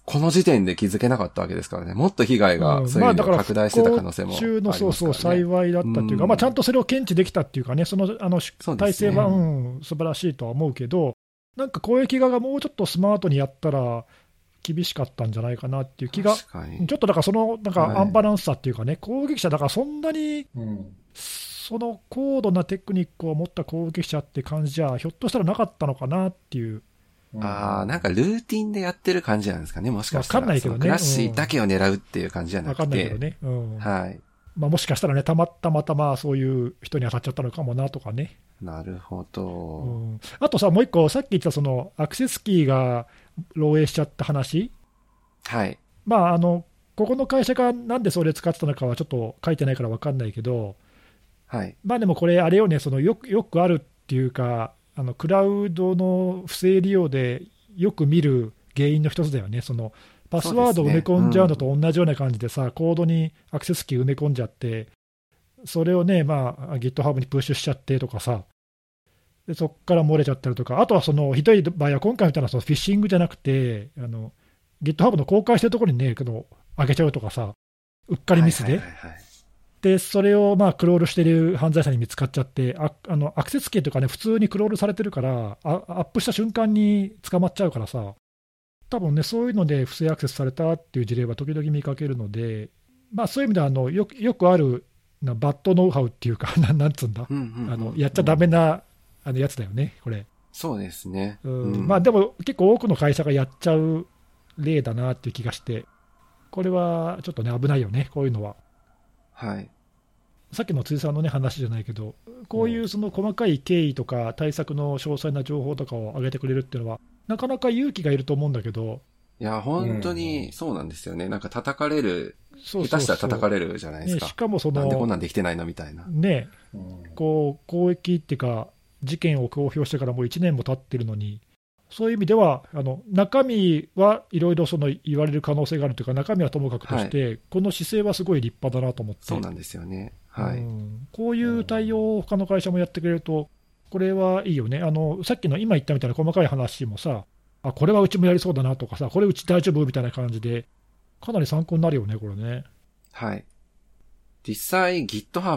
この時点で気づけなかったわけですからね。もっと被害が、そういうのが拡大してた可能性もありますからね。 中のそうそう、幸いだったっていうか、ちゃんとそれを検知できたっていうかね、体制は、素晴らしいとは思うけど、なんか攻撃側がもうちょっとスマートにやったら、厳しかったんじゃないかなっていう気が、ちょっとだからなんかアンバランスさっていうかね、攻撃者だからそんなに、その高度なテクニックを持った攻撃者って感じじゃ、ひょっとしたらなかったのかなっていう。 なんかルーティンでやってる感じなんですかね、もしかしたら。 わかんないけどね。 クラッシーだけを狙うっていう感じじゃなくて。 わかんないけどね。 はい。 もしかしたらね、たまたまそういう人に当たっちゃったのかもなとかね。 なるほど。 あとさ、もう一個、さっき言ったアクセスキーが漏洩しちゃった話。 はい。 ここの会社がなんでそれ使ってたのかはちょっと書いてないから分かんないけど、 はい。 でもこれ、あれよね、よくあるっていうか、クラウドの不正利用でよく見る原因の一つだよね。パスワードを埋め込んじゃうのと同じような感じでさ、コードにアクセスキー埋め込んじゃって、それをね、GitHub にプッシュしちゃってとかさ、でそこから漏れちゃったりとか、あとはひどい場合は、今回みたいなフィッシングじゃなくて、GitHub の公開してるところにね、上げちゃうとかさ、うっかりミスで。で、それをクロールしてる犯罪者に見つかっちゃって、アクセスキーとかね、普通にクロールされてるから、アップした瞬間に捕まっちゃうからさ、多分ね、そういうので不正アクセスされたっていう事例は時々見かけるので、そういう意味ではよくあるバッドノウハウっていうか、なんつうんだ、やっちゃだめなやつだよね、これ。 そうですね。 でも結構多くの会社がやっちゃう例だなっていう気がして、これはちょっとね、危ないよね、こういうのは。 はい。 さっきの辻さんのね、話じゃないけど、こういう細かい経緯とか対策の詳細な情報とかを上げてくれるっていうのは、なかなか勇気がいると思うんだけど。 いや、本当にそうなんですよね。なんか叩かれる、下手したら叩かれるじゃないですか。 しかもなんでこんなんできてないのみたいな。 ね、攻撃っていうか、事件を公表してからもう1年も経ってるのに、そういう意味では、中身はいろいろ言われる可能性があるというか、中身はともかくとして、この姿勢はすごい立派だなと思って。 そうなんですよね。はい。 こういう対応を他の会社もやってくれると、これはいいよね。さっきの今言ったみたいな細かい話もさ、これはうちもやりそうだなとかさ、これうち大丈夫みたいな感じで、かなり参考になるよね、これね。 はい。実際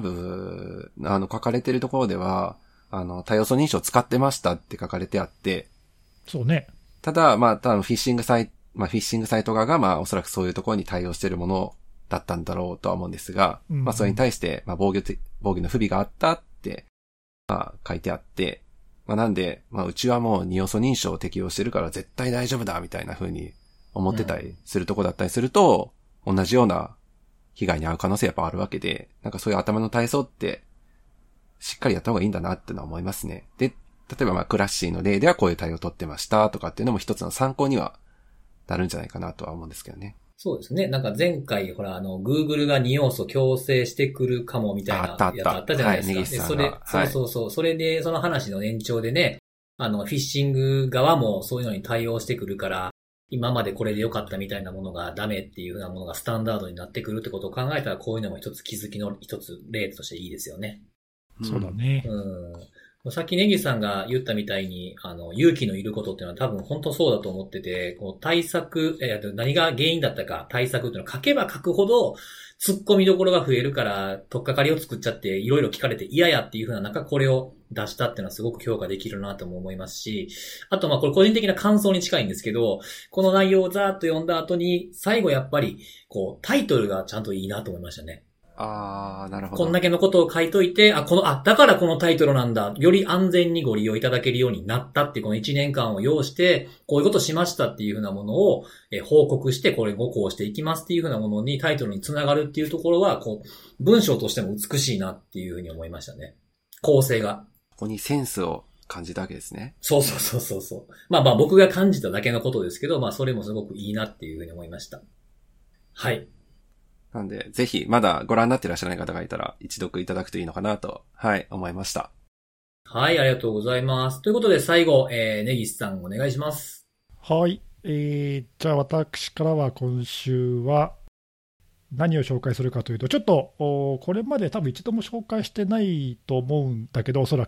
GitHub、書かれてるところでは、多要素認証使ってましたって書かれてあって、 そうね。 ただ、多分フィッシングサイト側が、おそらくそういうところに対応しているものだったんだろうとは思うんですが、それに対して、防御の不備があったって、書いてあって、なんで、うちはもう二要素認証を適用してるから絶対大丈夫だみたいな風に思ってたりするとこだったりすると、同じような被害に遭う可能性やっぱあるわけで、なんかそういう頭の体操って、しっかりやった方がいいんだなってのは思いますね。で、例えばクラッシーの例ではこういう対応を取ってましたとかっていうのも一つの参考にはなるんじゃないかなとは思うんですけどね。 そうですね。なんか前回、ほら、Google が2要素強制してくるかもみたいなやつあったじゃないですか。それで、その話の延長でね、フィッシング側もそういうのに対応してくるから、今までこれで良かったみたいなものがダメっていうふうなものがスタンダードになってくるってことを考えたら、こういうのも一つ気づきの一つ例としていいですよね。 そうだね。 さっきネギさんが言ったみたいに、勇気のいることっていうのは多分本当そうだと思ってて、こう対策、何が原因だったか対策っていうのを書けば書くほど、突っ込みどころが増えるから、取っかかりを作っちゃって、いろいろ聞かれて嫌やっていう風な中、これを出したっていうのはすごく評価できるなとも思いますし、あとこれ個人的な感想に近いんですけど、この内容をざーっと読んだ後に、最後やっぱり、タイトルがちゃんといいなと思いましたね。 なるほど。 こんだけのことを書いといて、だからこのタイトルなんだ。より安全にご利用いただけるようになったっていうこの1年間を要して、こういうことしましたっていうふうなものを報告して、これをこうしていきますっていうふうなものにタイトルにつながるっていうところは、文章としても美しいなっていうふうに思いましたね。構成が。 ここにセンスを感じたわけですね。 そう。僕が感じただけのことですけど、それもすごくいいなっていうふうに思いました。はい。 なんで、ぜひ、まだご覧になっていらっしゃらない方がいたら、一読いただくといいのかなと、思いました。 はい、ありがとうございます。ということで、最後、根岸さんお願いします。 はい。じゃあ、私からは今週は、何を紹介するかというと、ちょっと、これまで多分一度も紹介してないと思うんだけど、おそら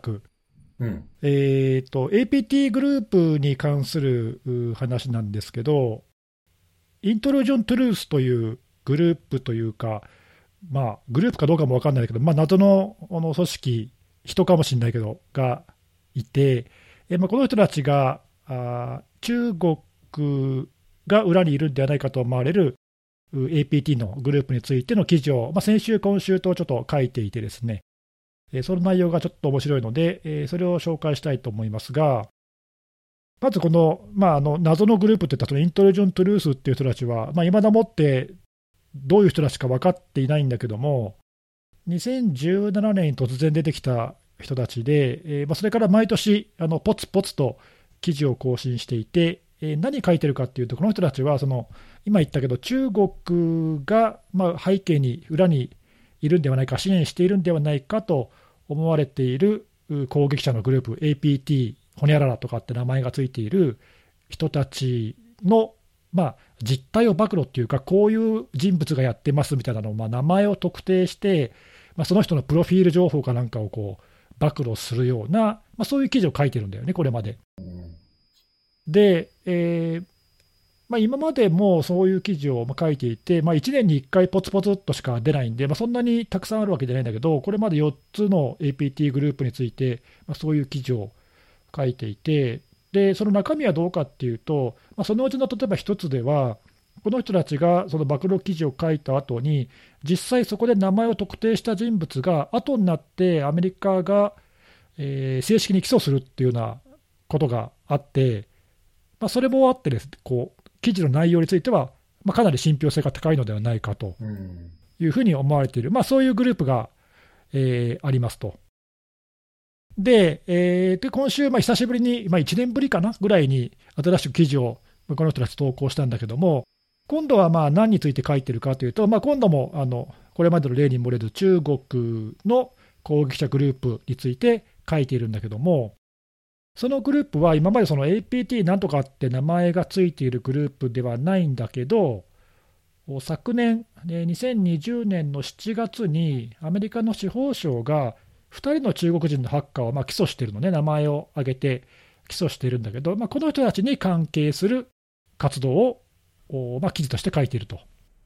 く。APT グループに関する話なんですけど、 イントルージョン・トゥルースというグループというか、グループかどうかも分かんないけど、謎の組織、人かもしれないけど、がいて、この人たちが中国が裏にいるんではないかと思われる APT のグループについての記事を、先週、今週とちょっと書いていてですね、その内容がちょっと面白いので、それを紹介したいと思いますが、まずこの、謎のグループっていったそのイントルージョン・トゥルースっていう人たちは、未だもってどういう人たちか分かっていないんだけども、2017年に突然出てきた人たちで、それから毎年ポツポツと記事を更新していて、何書いてるかっていうと、この人たちは今言ったけど、中国が背景に、裏にいるんではないか、支援しているんではないかと思われている攻撃者のグループ、APT、ホニャララとかって名前がついている人たちの、実態を暴露っていうか、こういう人物がやってますみたいなのを、名前を特定して、その人のプロフィール情報かなんかを暴露するような、そういう記事を書いてるんだよね、これまで。で、今までもそういう記事を書いていて、1年に1回ポツポツっとしか出ないんで、そんなにたくさんあるわけじゃないんだけど、これまで4つの APT グループについて、そういう記事を書いていて、でその中身はどうかっていうと、そのうちの例えば1つでは、この人たちがその暴露記事を書いた後に、実際そこで名前を特定した人物が、後になってアメリカが、正式に起訴するっていうようなことがあって、それもあってですね、記事の内容については、かなり信憑性が高いのではないかというふうに思われている、そういうグループが、ありますと。で、今週、久しぶりに、1年ぶりかなぐらいに新しく記事をこの人たち投稿したんだけども、今度は何について書いてるかというと、今度もこれまでの例に漏れず中国の攻撃者グループについて書いているんだけども、そのグループは今までその APT なんとかって名前がついているグループではないんだけど、昨年、2020年の7月にアメリカの司法省が2人の中国人のハッカーを起訴しているのね、名前を挙げて起訴しているんだけど、この人たちに関係する活動を記事として書いていると。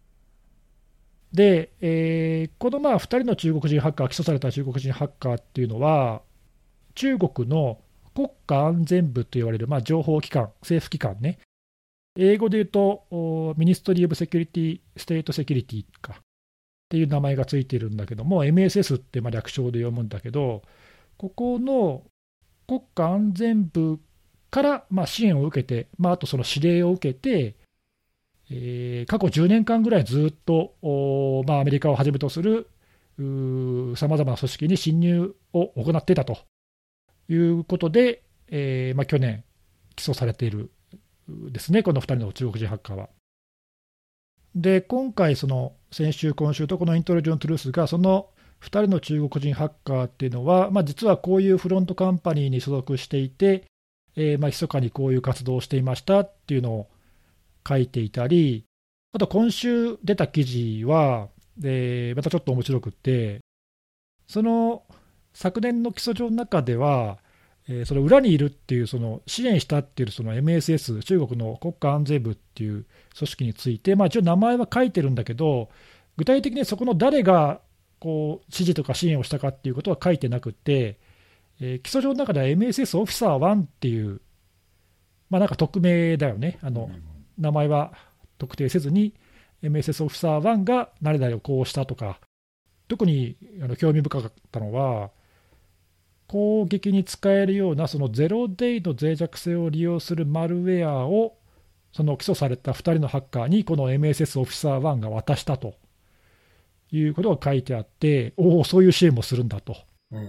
で、この2人の中国人ハッカー、起訴された中国人ハッカーっていうのは、中国の国家安全部と言われる、情報機関、政府機関ね、英語で言うと、ミニストリー・オブ・セキュリティ・ステート・セキュリティかっていう名前がついているんだけども、MSS って略称で読むんだけど、ここの国家安全部から支援を受けて、あとその指令を受けて、過去10年間ぐらいずっと、アメリカをはじめとするさまざまな組織に侵入を行っていたということで、去年、起訴されているですね、この2人の中国人ハッカーは。で、今回、先週、今週とこのイントルージョン・トゥルースが、その2人の中国人ハッカーっていうのは、実はこういうフロントカンパニーに所属していて、密かにこういう活動をしていましたっていうのを書いていたり、あと今週出た記事は、またちょっと面白くって、その昨年の起訴状の中では、その裏にいるっていう、その支援したっていうその MSS、中国の国家安全部っていう組織について、一応名前は書いてるんだけど、具体的にそこの誰が指示とか支援をしたかっていうことは書いてなくて、起訴状の中では MSS オフィサー1っていう、なんか匿名だよね、名前は特定せずに、MSS オフィサー1が誰々をこうしたとか、特に興味深かったのは、攻撃に使えるようなそのゼロデイの脆弱性を利用するマルウェアを、その起訴された2人のハッカーに、この MSS オフィサー1が渡したということが書いてあって、そういう支援もするんだと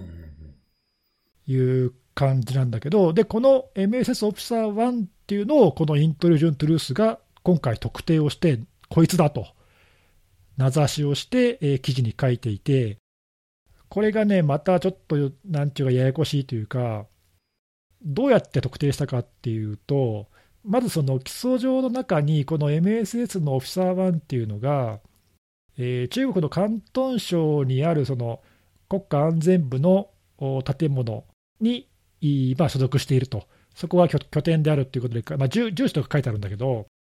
いう感じなんだけど、でこの MSS オフィサー1っていうのを、このイントルージョン・トゥルースが今回特定をして、こいつだと名指しをして、記事に書いていて、これがね、またちょっとなんていうかややこしいというか、どうやって特定したかっていうと、まずその起訴状の中に、この MSS のオフィサー1っていうのが、中国の広東省にあるその国家安全部の建物に、所属していると、そこは拠点であるということで、住所とか書いてあるんだけど、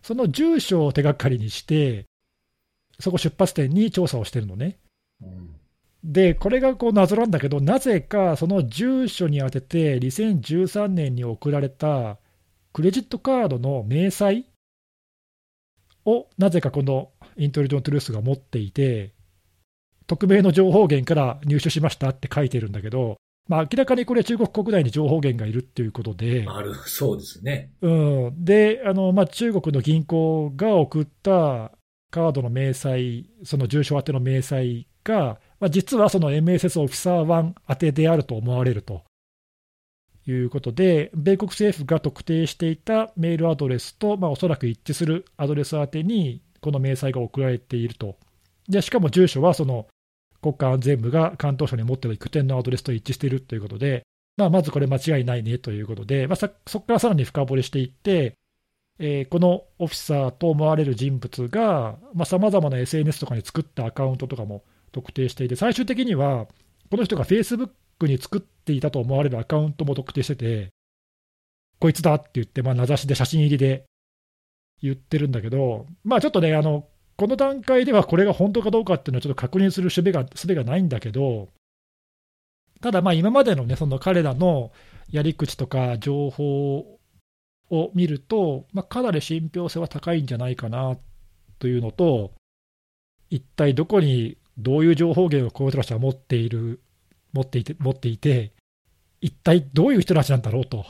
その住所を手がかりにして、そこ出発点に調査をしてるのね。で、これがこう謎なんだけど、なぜかその住所に当てて、2013年に送られたクレジットカードの明細を、なぜかこのインテリジョン・トゥルースが持っていて、匿名の情報源から入手しましたって書いてるんだけど、まあ、明らかにこれ、中国国内に情報源がいるっていうことで、 そうですね。 で、中国の銀行が送ったカードの明細、その住所宛ての明細が、実はその MSS オフィサー1宛てであると思われるということで、米国政府が特定していたメールアドレスと、おそらく一致するアドレス宛てに、この明細が送られていると。でしかも住所はその国家安全部が関東省に持っている拠点のアドレスと一致しているということで、まずこれ間違いないねということで、そこからさらに深掘りしていって、このオフィサーと思われる人物がさまざまな SNS とかに作ったアカウントとかも特定していて、最終的にはこの人が Facebook に作っていたと思われるアカウントも特定してて、こいつだって言って、名指しで写真入りで言ってるんだけど、ちょっとね、この段階ではこれが本当かどうかっていうのはちょっと確認する術がないんだけど、ただ今までのね、その彼らのやり口とか情報を見ると、かなり信憑性は高いんじゃないかなというのと、一体どこにどういう情報源をこういう人たちは持っていて、一体どういう人たちなんだろうと。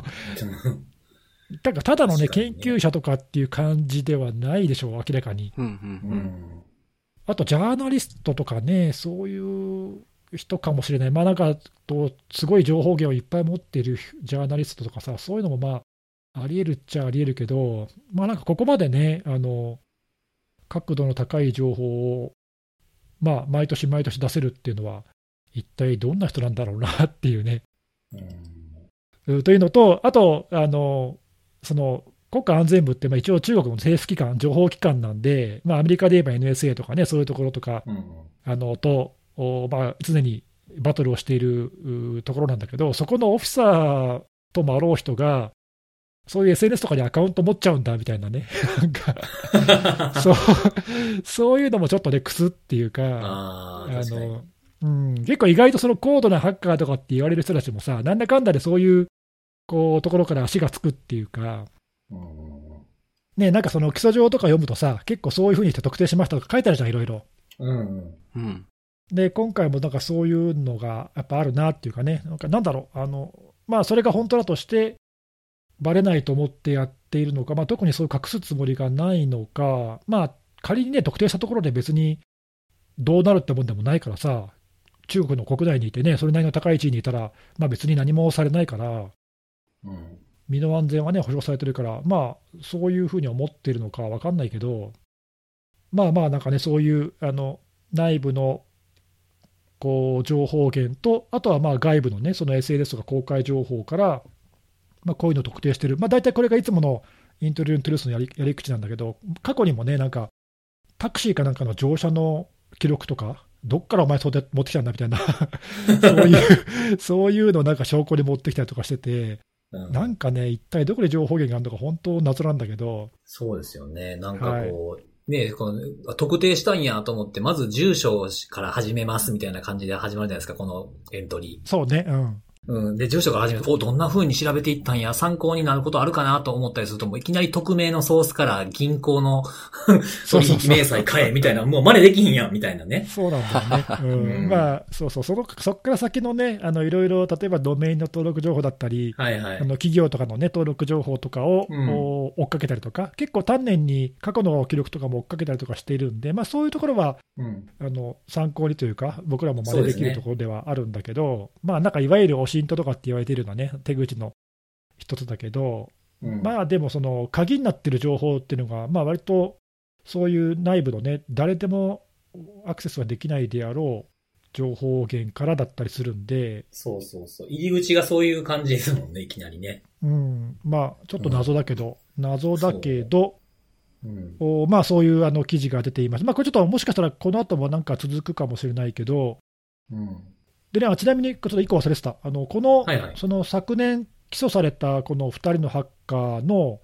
だからただのね、研究者とかっていう感じではないでしょう、明らかに。あと、ジャーナリストとかね、そういう人かもしれない、すごい情報源をいっぱい持っているジャーナリストとかさ、そういうのもありえるっちゃありえるけど、ここまでね、角度の高い情報を、毎年毎年出せるっていうのは、一体どんな人なんだろうなっていうね。というのと、あと、その国家安全部って一応中国の政府機関、情報機関なんで、アメリカで言えば NSA とかね、そういうところとか、常にバトルをしているところなんだけど、そこのオフィサーともあろう人が、そういう SNS とかにアカウント持っちゃうんだみたいなね、そういうのもちょっとね、くすっていうか、結構意外とその高度なハッカーとかって言われる人たちもさ、なんだかんだでそういうところから足がつくっていうか、なんかその基礎上とか読むとさ、結構そういうふうにして特定しましたとか書いてあるじゃん、いろいろ。で、今回もなんかそういうのがやっぱあるなっていうかね、なんだろう、それが本当だとして、ばれないと思ってやっているのか、特にそういう隠すつもりがないのか、仮にね、特定したところで別にどうなるってもんでもないからさ、中国の国内にいてね、それなりの高い地位にいたら、別に何もされないから、身の安全はね、保障されてるから、そういうふうに思ってるのか分かんないけど、なんかね、そういう内部の情報源と、あとは外部のね、その SNS とか公開情報から、こういうのを特定してる、大体これがいつものインテリジェント・トゥルースのやり口なんだけど、過去にもね、なんかタクシーかなんかの乗車の記録とか、どっからお前そうで持ってきたんだみたいなそういうのをなんか証拠に持ってきたりとかしてて、なんかね、一体どこで情報源があるのか本当謎なんだけど。 そうですよね。なんかこの特定したんやと思って、まず住所から始めますみたいな感じで始まるじゃないですか、このエントリー。 そうね、 で、住所から始めて、どんな風に調べていったんや、参考になることあるかなと思ったりすると、もういきなり匿名のソースから銀行の取引明細変えみたいな、もう真似できひんやんみたいなね。 そうなんだよね。そっから先のね、いろいろ、例えばドメインの登録情報だったり、企業とかのね、登録情報とかを、追っかけたりとか、結構丹念に過去の記録とかも追っかけたりとかしているんで、そういうところは、参考にというか、僕らも真似できるところではあるんだけど、なんかいわゆるシントとかって言われているようなね、手口の一つだけど、でもその鍵になっている情報っていうのが、割とそういう内部のね、誰でもアクセスはできないであろう情報源からだったりするんで、 入り口がそういう感じですもんね、いきなりね。 ちょっと謎だけど、そういう記事が出ています。これちょっともしかしたらこの後もなんか続くかもしれないけど、でね、ちなみにちょっと1個忘れてた、その昨年起訴されたこの2人のハッカーの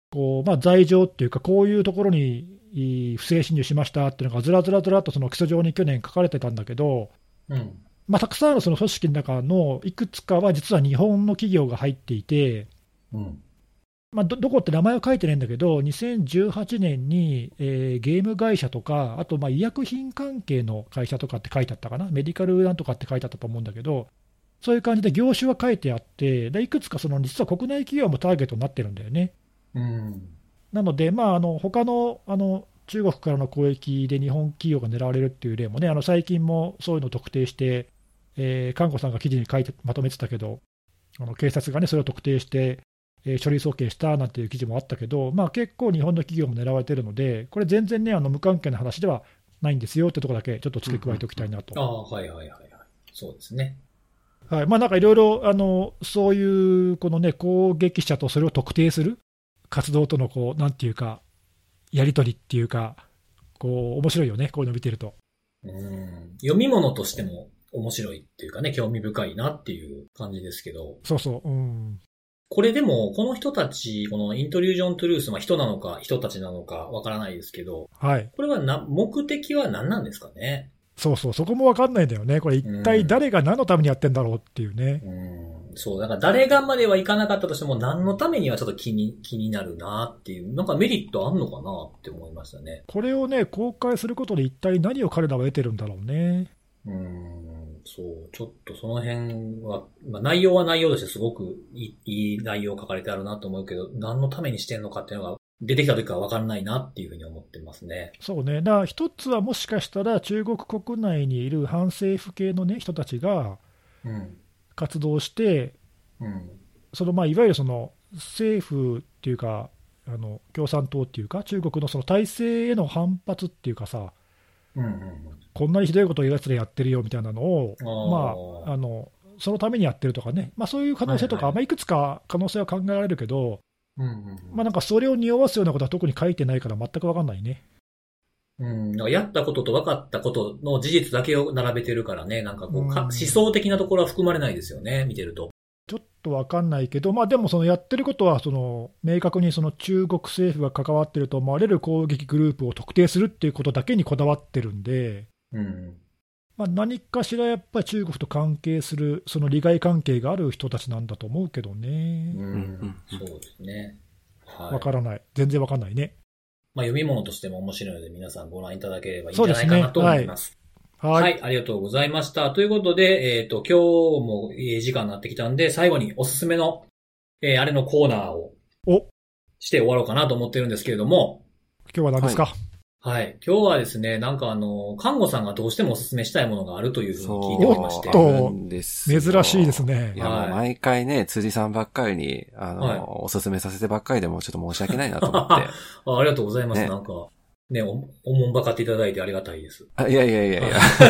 こう、まあ、罪状っていうか、こういうところに不正侵入しましたっていうのがずらずらずらっとその基礎上に去年書かれてたんだけど、まあ、たくさんのその組織の中のいくつかは実は日本の企業が入っていて、まあ、どこって名前は書いてないんだけど、2018年に、ゲーム会社とか、あとまあ医薬品関係の会社とかって書いてあったかな、メディカルなんとかって書いてあったと思うんだけど、そういう感じで業種は書いてあって、でいくつかその実は国内企業もターゲットになってるんだよね。なので、まあ、他の中国からの攻撃で日本企業が狙われるっていう例もね、最近もそういうのを特定して、看護さんが記事に書いてまとめてたけど、警察がね、それを特定して、書類送検したなんていう記事もあったけど、まあ、結構日本の企業も狙われてるので、これ全然ね、無関係な話ではないんですよってところだけちょっと付け加えておきたいなと。 はいはいはいはい。そうですね。 はい、まあ、なんかいろいろ、そういうこのね、攻撃者とそれを特定する活動とのこう、なんていうか、やり取りっていうか、こう、面白いよね、こういうの見てると。 読み物としても面白いっていうかね、興味深いなっていう感じですけど。 そうそう。 これでも、この人たち、このイントリュージョントゥルース、まあ人なのか人たちなのかわからないですけど、 はい。 これは目的は何なんですかね。 そうそう、そこもわかんないんだよね。これ一体誰が何のためにやってんだろうっていうね。 そう、だから誰がまではいかなかったとしても何のためにはちょっと気になるなっていう、なんかメリットあんのかなって思いましたね。 これをね、公開することで一体何を彼らは得てるんだろうね。 そう、ちょっとその辺は、まあ、内容は内容としてすごくいい内容書かれてあるなと思うけど、何のためにしてんのかっていうのが出てきた時から分からないなっていうふうに思ってますね。 そうね。だから一つはもしかしたら中国国内にいる反政府系のね、人たちが活動して、そのまあいわゆるその政府っていうか、共産党っていうか、中国のその体制への反発っていうかさ、こんなにひどいことをやつらやってるよみたいなのを、まあ、そのためにやってるとかね、まあ、そういう可能性とか、まあ、いくつか可能性は考えられるけど、まあ、なんかそれを匂わすようなことは特に書いてないから全く分かんないね。 やったことと分かったことの事実だけを並べてるからね、なんかこう、思想的なところは含まれないですよね、見てると。 ちょっと分かんないけど、まあ、でもそのやってることは明確にその中国政府が関わってると思われる攻撃グループを特定するっていうことだけにこだわってるんで、まあ、何かしらやっぱり中国と関係する、その利害関係がある人たちなんだと思うけどね。 そうですね。 分からない。全然分かんないね。 まあ、読み物としても面白いので皆さんご覧いただければいいんじゃないかなと思います。はい、ありがとうございました。ということで、今日も時間になってきたんで、最後におすすめの、あれのコーナーをして終わろうかなと思ってるんですけれども。 今日は何ですか？ はい。今日はですね、なんか看護さんがどうしてもおすすめしたいものがあるというふうに聞いておりまして。 珍しいですね。 いや、もう毎回ね、辻さんばっかりに、おすすめさせてばっかりでもちょっと申し訳ないなと思って。 ありがとうございます。ね、なんか。ね、おもんばかっていただいてありがたいです。 いや。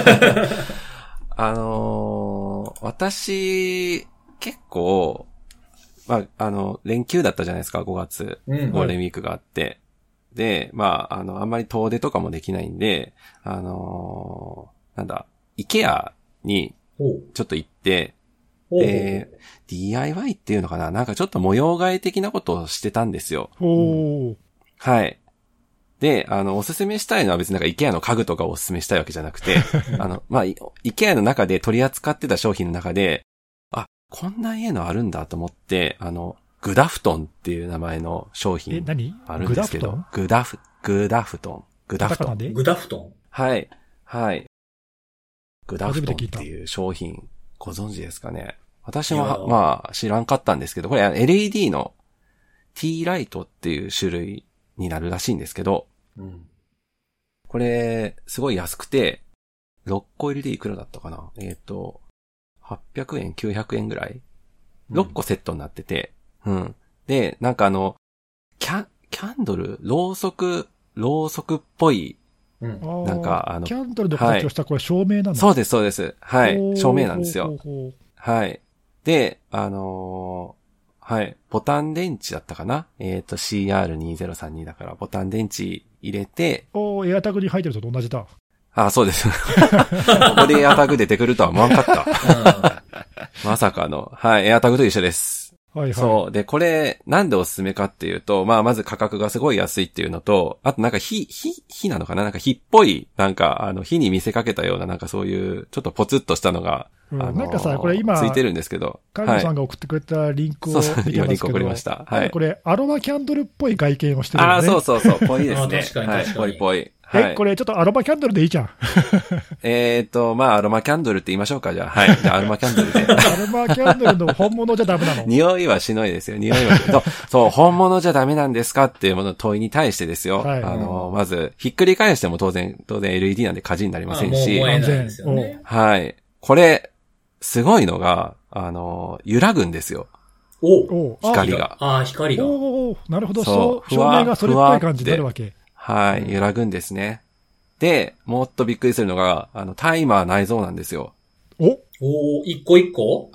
私、結構、まあ、連休だったじゃないですか、5月。ゴールデンウィークがあって。で、まあ、あんまり遠出とかもできないんで、なんだ、IKEA にちょっと行って、で、DIY っていうのかな、なんかちょっと模様替え的なことをしてたんですよ。はい。で、おすすめしたいのは別になんか IKEA の家具とかをおすすめしたいわけじゃなくて、まあ、IKEA の中で取り扱ってた商品の中で、こんな家のあるんだと思って、グダフトンっていう名前の商品あるんですけど、グダフトン。 グダフトンはい。はい。グダフトンっていう商品ご存知ですかね。私もまあ知らんかったんですけど、これ LED の T ライトっていう種類になるらしいんですけど、これすごい安くて、6個入りでいくらだったかな800円、900円ぐらい ?6 個セットになってて、で、なんかキャンドル、ろうそくっぽい、なんかキャンドルの形をしたこれ照明なんだ。 そうです。はい。照明なんですよ。はい。で、はい。ボタン電池だったかなCR2032 だから、ボタン電池入れて。 エアタグに入ってると同じだ。 そうです。ここでエアタグ出てくるとは思わんかった。まさかの。はい。エアタグと一緒です。 はいはい。 そう。で、これ、なんでおすすめかっていうと、まず価格がすごい安いっていうのと、あとなんか火なのかななんか火っぽい、なんか、火に見せかけたような、なんかそういう、ちょっとポツッとしたのが、 なんかさ、これ今、 ついてるんですけど。 カイゴさんが送ってくれたリンクを見てますけど、 今リンク送りました。はい。 これ、アロマキャンドルっぽい外見をしてるよね。 そう。ぽいですね。 確かに確かに。 ぽい。はい。 これちょっとアロマキャンドルでいいじゃん。 アロマキャンドルって言いましょうか、じゃあ。はい。じゃあ、アロマキャンドルで。 アロマキャンドルの本物じゃダメなの？ 匂いはしないですよ、匂いは。そう、本物じゃダメなんですかっていうもの問いに対してですよ。はい、まず、ひっくり返しても当然 LED なんで火事になりませんし。 もう燃えないですよね。 はい。これ、すごいのが、揺らぐんですよ。光が。 光が。 なるほど。照明がそれっぽい感じになるわけ。 はい、揺らぐんですね。で、もっとびっくりするのが、タイマー内蔵なんですよ。 一個一個？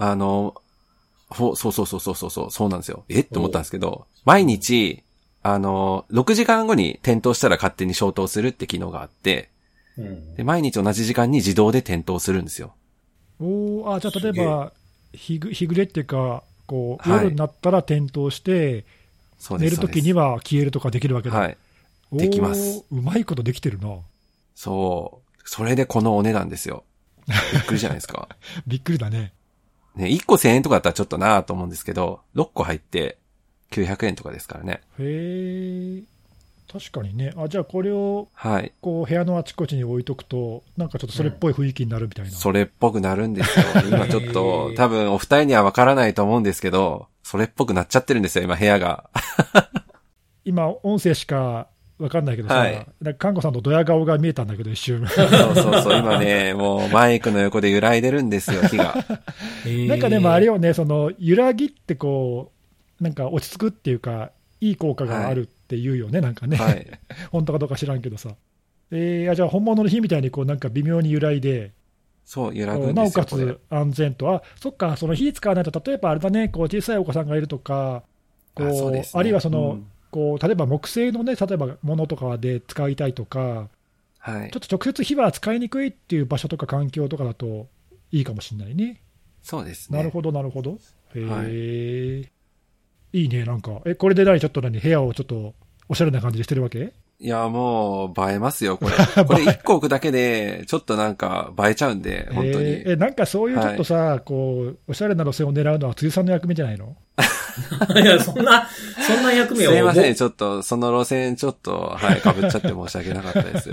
そうなんですよ。って思ったんですけど、毎日、6時間後に点灯したら勝手に消灯するって機能があって、で毎日同じ時間に自動で点灯するんですよ。 じゃあ例えば、日暮れっていうか、夜になったら点灯して、寝るときには消えるとかできるわけだ。 はい。できます。 うまいことできてるな。 そう。それでこのお値段ですよ。びっくりじゃないですか。 びっくりだね。 ね、1個1000円とかだったらちょっとなぁと思うんですけど、6個入って900円とかですからね。 へー。確かにね。じゃあこれを、部屋のあちこちに置いとくと、なんかちょっとそれっぽい雰囲気になるみたいな。 それっぽくなるんですよ。今ちょっと、多分お二人にはわからないと思うんですけど、それっぽくなっちゃってるんですよ、今部屋が。 今、音声しかわかんないけどさ、なんか看護さんとドヤ顔が見えたんだけど、一瞬。 そう、今ね、もうマイクの横で揺らいでるんですよ、火が。 なんかでもあれよね、揺らぎってなんか落ち着くっていうか、いい効果があるっていうよね、なんかね。本当かどうか知らんけどさ。じゃあ本物の火みたいになんか微妙に揺らいで、 そう、揺らぐんですよ。 なおかつ安全と、そっか、火使わないと、例えばあれだね、小さいお子さんがいるとか、あるいは例えば木製のね、例えばものとかで使いたいとか、ちょっと直接火は使いにくいっていう場所とか環境とかだといいかもしれないね。 そうですね。 なるほど。へいいね、なんか。これでちょっと部屋をちょっとおしゃれな感じでしてるわけ？ いや、もう、映えますよ、これ。これ1個置くだけで、ちょっとなんか、映えちゃうんで、本当に。 なんかそういうちょっとさ、おしゃれな路線を狙うのは、辻さんの役目じゃないの？ いや、そんな役目を。 すいません、ちょっと、その路線、ちょっと、被っちゃって申し訳なかったです。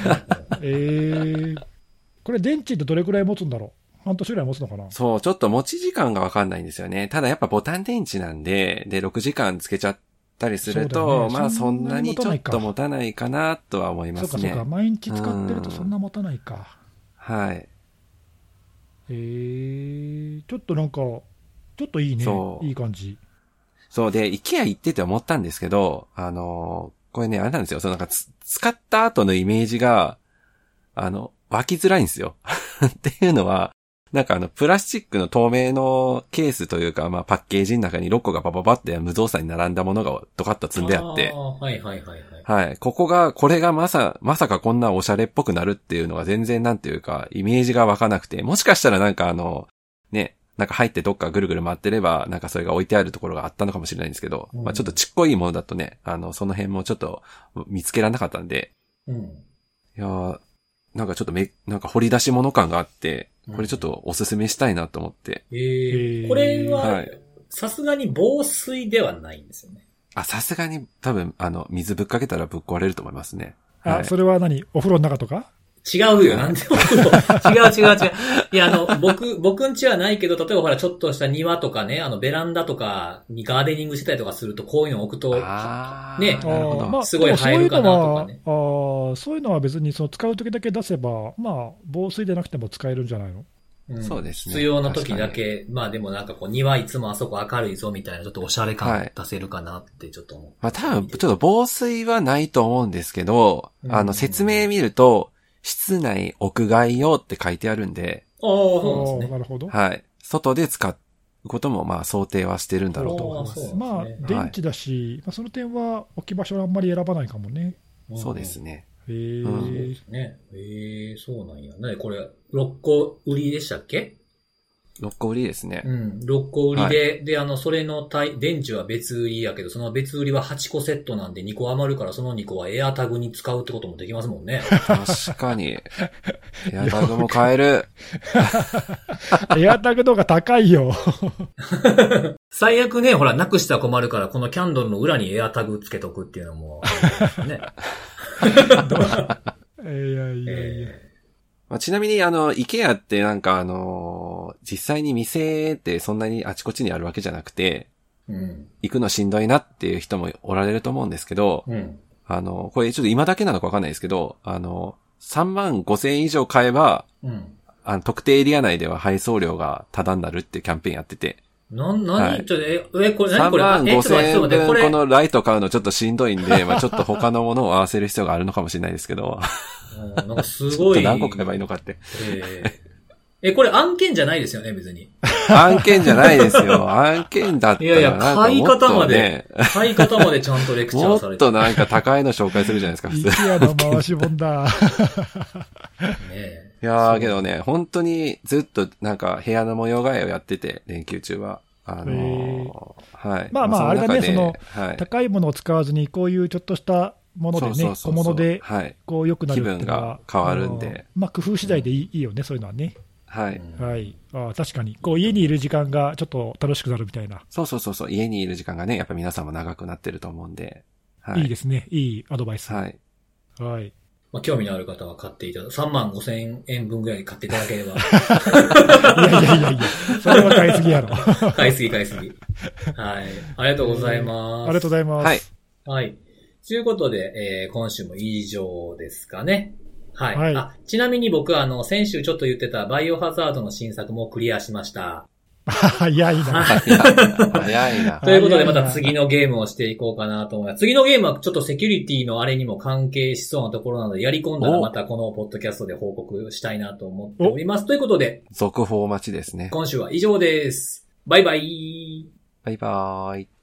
これ、電池ってどれくらい持つんだろう？半年ぐらい持つのかな？ そう、ちょっと持ち時間がわかんないんですよね。ただやっぱボタン電池なんで、6時間つけちゃったりすると、そんなにちょっと持たないかなとは思いますね。 そうか、毎日使ってるとそんな持たないか。 はい。 ちょっとなんか、ちょっといいね。いい感じ。 そうで、IKEA 行ってて思ったんですけど、これね、あれなんですよ。なんか使った後のイメージが、湧きづらいんですよ。っていうのは、なんかプラスチックの透明のケースというか、パッケージの中に6個がバババって無造作に並んだものがドカッと積んであって。はい。これがまさかこんなおしゃれっぽくなるっていうのが全然なんていうか、イメージが湧かなくて、もしかしたらなんかね、なんか入ってどっかぐるぐる回ってれば、なんかそれが置いてあるところがあったのかもしれないんですけど、ちょっとちっこいものだとね、その辺もちょっと見つけられなかったんで、いやなんかちょっとなんか掘り出し物感があって、これちょっとおすすめしたいなと思って。 これは、さすがに防水ではないんですよね。 さすがに多分、水ぶっかけたらぶっ壊れると思いますね。 それはお風呂の中とか？ 違うよ、なんでも。違う。いや、僕ん家はないけど、例えばほら、ちょっとした庭とかね、ベランダとかにガーデニングしてたりとかすると、こういうのを置くと、ね、すごい映えるかなとかね。 そういうのは別に使う時だけ出せば、防水でなくても使えるんじゃないの？ そうですね。 必要な時だけ、でもなんか庭いつもあそこ明るいぞみたいな、ちょっとおしゃれ感出せるかなってちょっと思う。 多分、ちょっと防水はないと思うんですけど、説明見ると、室内、屋外用って書いてあるんで。 そうですね。なるほど。 はい。外で使うことも、想定はしてるんだろうと思います。 電池だし、その点は置き場所はあんまり選ばないかもね。 そうですね。 そうなんや。ね、これ、6個売りでしたっけ？ 6個売りですね。 うん。6個売りで、はい、で、それの電池は別売りやけど、その別売りは8個セットなんで2個余るから、その2個はエアタグに使うってこともできますもんね。 確かに。エアタグも買える。 エアタグの方が高いよ。 最悪ね、ほら、なくしたら困るから、このキャンドルの裏にエアタグつけとくっていうのもあるんですね。 まあ、ちなみにIKEA ってなんか実際に店ってそんなにあちこちにあるわけじゃなくて、 うん、 行くのしんどいなっていう人もおられると思うんですけど、 うん、 これちょっと今だけなのかわかんないですけど、35,000円以上買えば、 うん、 特定エリア内では配送料がタダになるっていうキャンペーンやってて。 何、 はい、 ちょっと、これ何これ 35,000円分このライト買うのちょっとしんどいんで、まあちょっと他のものを合わせる必要があるのかもしれないですけど。 なんかすごい。 ちょっと何個買えばいいのかって。 これ案件じゃないですよね、別に。 案件じゃないですよ。案件だったらなんかもっと、ね。 買い方までちゃんとレクチャーされて。 もっとなんか高いの紹介するじゃないですか、普通。 IKEA の回しもんだ。 いやーけどね、本当にずっとなんか部屋の模様替えをやってて、連休中は。はい。 まああれだね、 はい、 高いものを使わずにこういうちょっとしたものでね、小物で、こう良くなるっていうのは、 気分が変わるんで。 まあ工夫次第でいいよね、そういうのはね。 はい。 はい。確かに。こう家にいる時間がちょっと楽しくなるみたいな。 そう。家にいる時間がね、やっぱ皆さんも長くなってると思うんで。 はい。いいですね。いいアドバイス。 はい。 はい。 まあ、興味のある方は買っていただく。35,000円分ぐらい買っていただければ。 いや。それは買いすぎやろ。 買いすぎ。はい。ありがとうございます。 ありがとうございます。 はい。ということで、今週も以上ですかね。はい。ちなみに僕は先週ちょっと言ってたバイオハザードの新作もクリアしました。 早いな。 早いな。 ということでまた次のゲームをしていこうかなと思います。次のゲームはちょっとセキュリティのあれにも関係しそうなところなので、やり込んだらまたこのポッドキャストで報告したいなと思っております。ということで。 続報待ちですね。 今週は以上です。バイバイ。 バイバーイ。